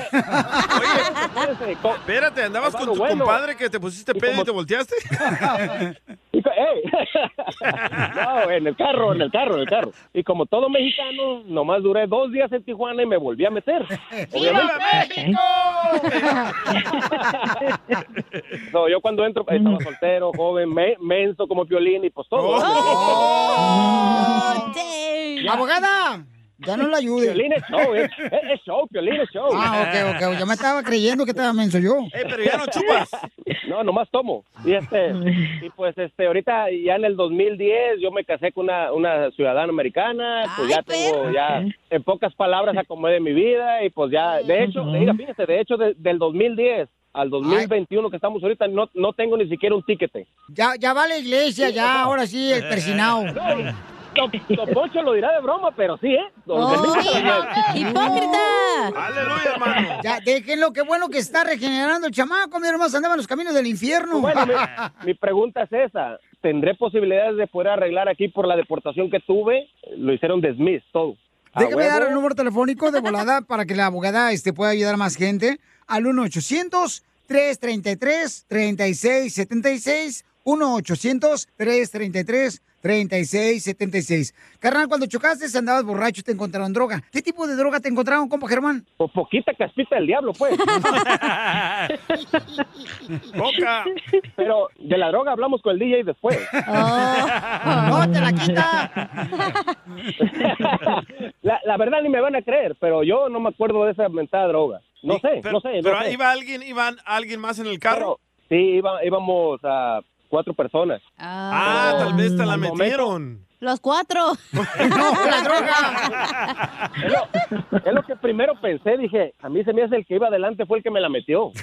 Espérate, ¿andabas con tu bueno. compadre que te pusiste pedo y te volteaste? Y co- ¡Ey! No, en el carro, en el carro, en el carro. Y como todo mexicano, nomás duré dos días en Tijuana y me volví a meter. ¡Viva Obviamente. No, yo cuando entro estaba soltero, joven, me- menso como Piolín y pues todo. Oh, ¡Abogada! Ya no la ayude. Piolín es show, es, es- es show, Piolín es show. Ah, ok, ok. Yo me estaba creyendo que estaba menso yo. Eh, pero ya no chupas. No, nomás tomo. Y este, y pues este, ahorita ya en el dos mil diez yo me casé con una, una ciudadana americana, pues ya tengo, ya, en pocas palabras acomodé mi vida y pues ya, de hecho, mira, fíjese, de hecho de- del dos mil diez al dos mil veintiuno que estamos ahorita no, no tengo ni siquiera un tiquete. Ya, ya va a la iglesia, ya, ahora sí, el persinado. Don, don Poncho lo dirá de broma, pero sí, ¿eh? Don- Oh, ¡Hipócrita! ¡Aleluya, hermano! Ya, déjenlo, qué bueno que está regenerando el chamaco, mi hermano, andaba en los caminos del infierno. Bueno, mi, mi pregunta es esa. ¿Tendré posibilidades de poder arreglar aquí por la deportación que tuve? Lo hicieron dismiss, todo. A Déjame huevo. dar el número telefónico de volada para que la abogada este, pueda ayudar a más gente. Al uno ochocientos, tres treinta y tres, treinta y seis setenta y seis. uno ochocientos, tres treinta y tres, treinta y seis setenta y seis. Carnal, cuando chocaste andabas borracho y te encontraron droga. ¿Qué tipo de droga te encontraron, compa Germán? Pues poquita caspita del diablo, pues. Boca. Pero de la droga hablamos con el D J después. ¡No, te la quita! la, la verdad ni me van a creer, pero yo no me acuerdo de esa mentada droga. No sé, Pero, no sé. no pero sé. iba alguien, iba alguien más en el carro. Sí, iba, íbamos a cuatro personas. Ah, tal vez te la Al momento- metieron. Los cuatro. ¡No, la droga! Es lo, es lo que primero pensé, dije, a mí se me hace el que iba adelante fue el que me la metió.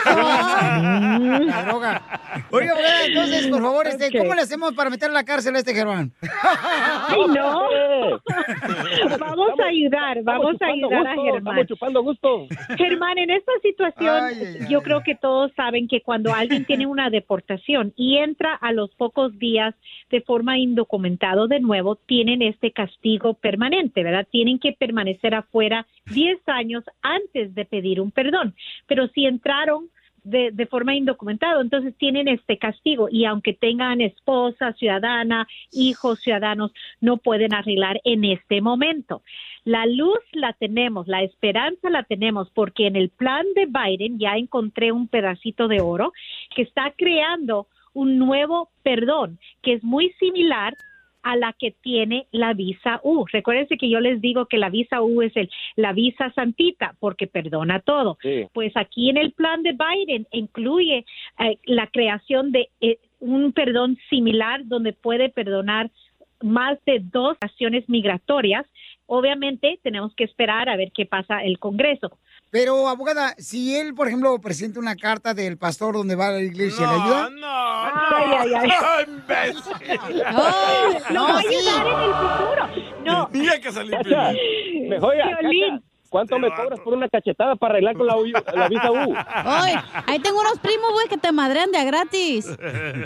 La droga. Oiga, abogada, entonces, por favor, este, Ok. ¿cómo le hacemos para meter a la cárcel a este Germán? ¡Ay, no! Vamos a ayudar, vamos a ayudar a Germán. Estamos chupando gusto. Germán, en esta situación, Ay, ay, ay. yo creo que todos saben que cuando alguien tiene una deportación y entra a los pocos días de forma indocumentado de nuevo, tienen este castigo permanente, ¿verdad? Tienen que permanecer afuera diez años antes de pedir un perdón. Pero si entraron de, de forma indocumentada, entonces tienen este castigo y aunque tengan esposa ciudadana, hijos ciudadanos, no pueden arreglar en este momento. La luz la tenemos, la esperanza la tenemos, porque en el plan de Biden ya encontré un pedacito de oro que está creando un nuevo perdón que es muy similar a la que tiene la visa U. Recuérdense que yo les digo que la visa U es el, la visa santita porque perdona todo. Sí. Pues aquí en el plan de Biden incluye eh, la creación de eh, un perdón similar donde puede perdonar más de dos acciones migratorias. Obviamente tenemos que esperar a ver qué pasa el Congreso. Pero, abogada, si él, por ejemplo, presenta una carta del pastor donde va a la iglesia, ¿le ayuda? No, Ay, ay, ay. imbécil. No, no, va a sí. ayudar en el futuro. No. Tenía que salir Cacha, Piolín. mejor ya, Piolín. Cacha, ¿cuánto me cobras por una cachetada para arreglar con la, U- la visa U? Oye, ahí tengo unos primos, güey, que te madrean de a gratis.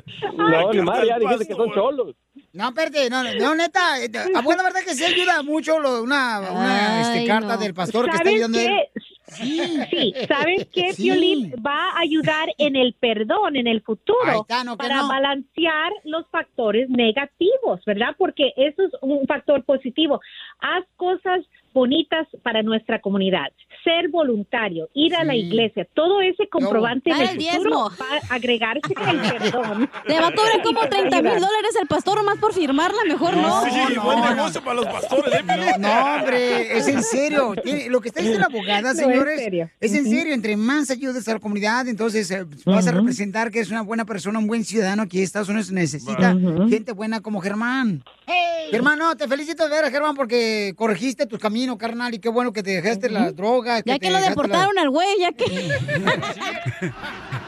No, ni más, ya dijiste que son cholos. No, espérate, no, no, neta, eh, abogada, ¿verdad que sí ayuda mucho lo- una, una este, Ay, carta no. del pastor que está ¿Sabes ayudando a él? qué? Sí, sí, ¿sabes qué, Sí. Piolín? Va a ayudar en el perdón en el futuro Ahí está, no, que para no. balancear los factores negativos, ¿verdad? Porque eso es un factor positivo. Haz cosas bonitas para nuestra comunidad. Ser voluntario, ir a la Sí. iglesia, todo ese comprobante Dar en el el futuro diezmo. va a agregarse al perdón. Le va a cobrar como Y te va a treinta mil ayudar. dólares el pastor nomás por firmarla, mejor no. Sí, no, buen no. negocio para los pastores, ¿eh, Piolín? No, hombre, es en serio. Tiene- lo que está diciendo la abogada, No, es señores, serio. es en Ujú. serio. Entre más ayudes a la comunidad, entonces eh, vas a Ujú. representar que eres una buena persona, un buen ciudadano que Estados Unidos necesita. Ujú. Gente buena como Germán. Germán, no, te felicito de veras, Germán, porque corregiste tu camino, carnal, y qué bueno que te dejaste las drogas. Ya que te lo dejaste deportaron la- al güey, ya que...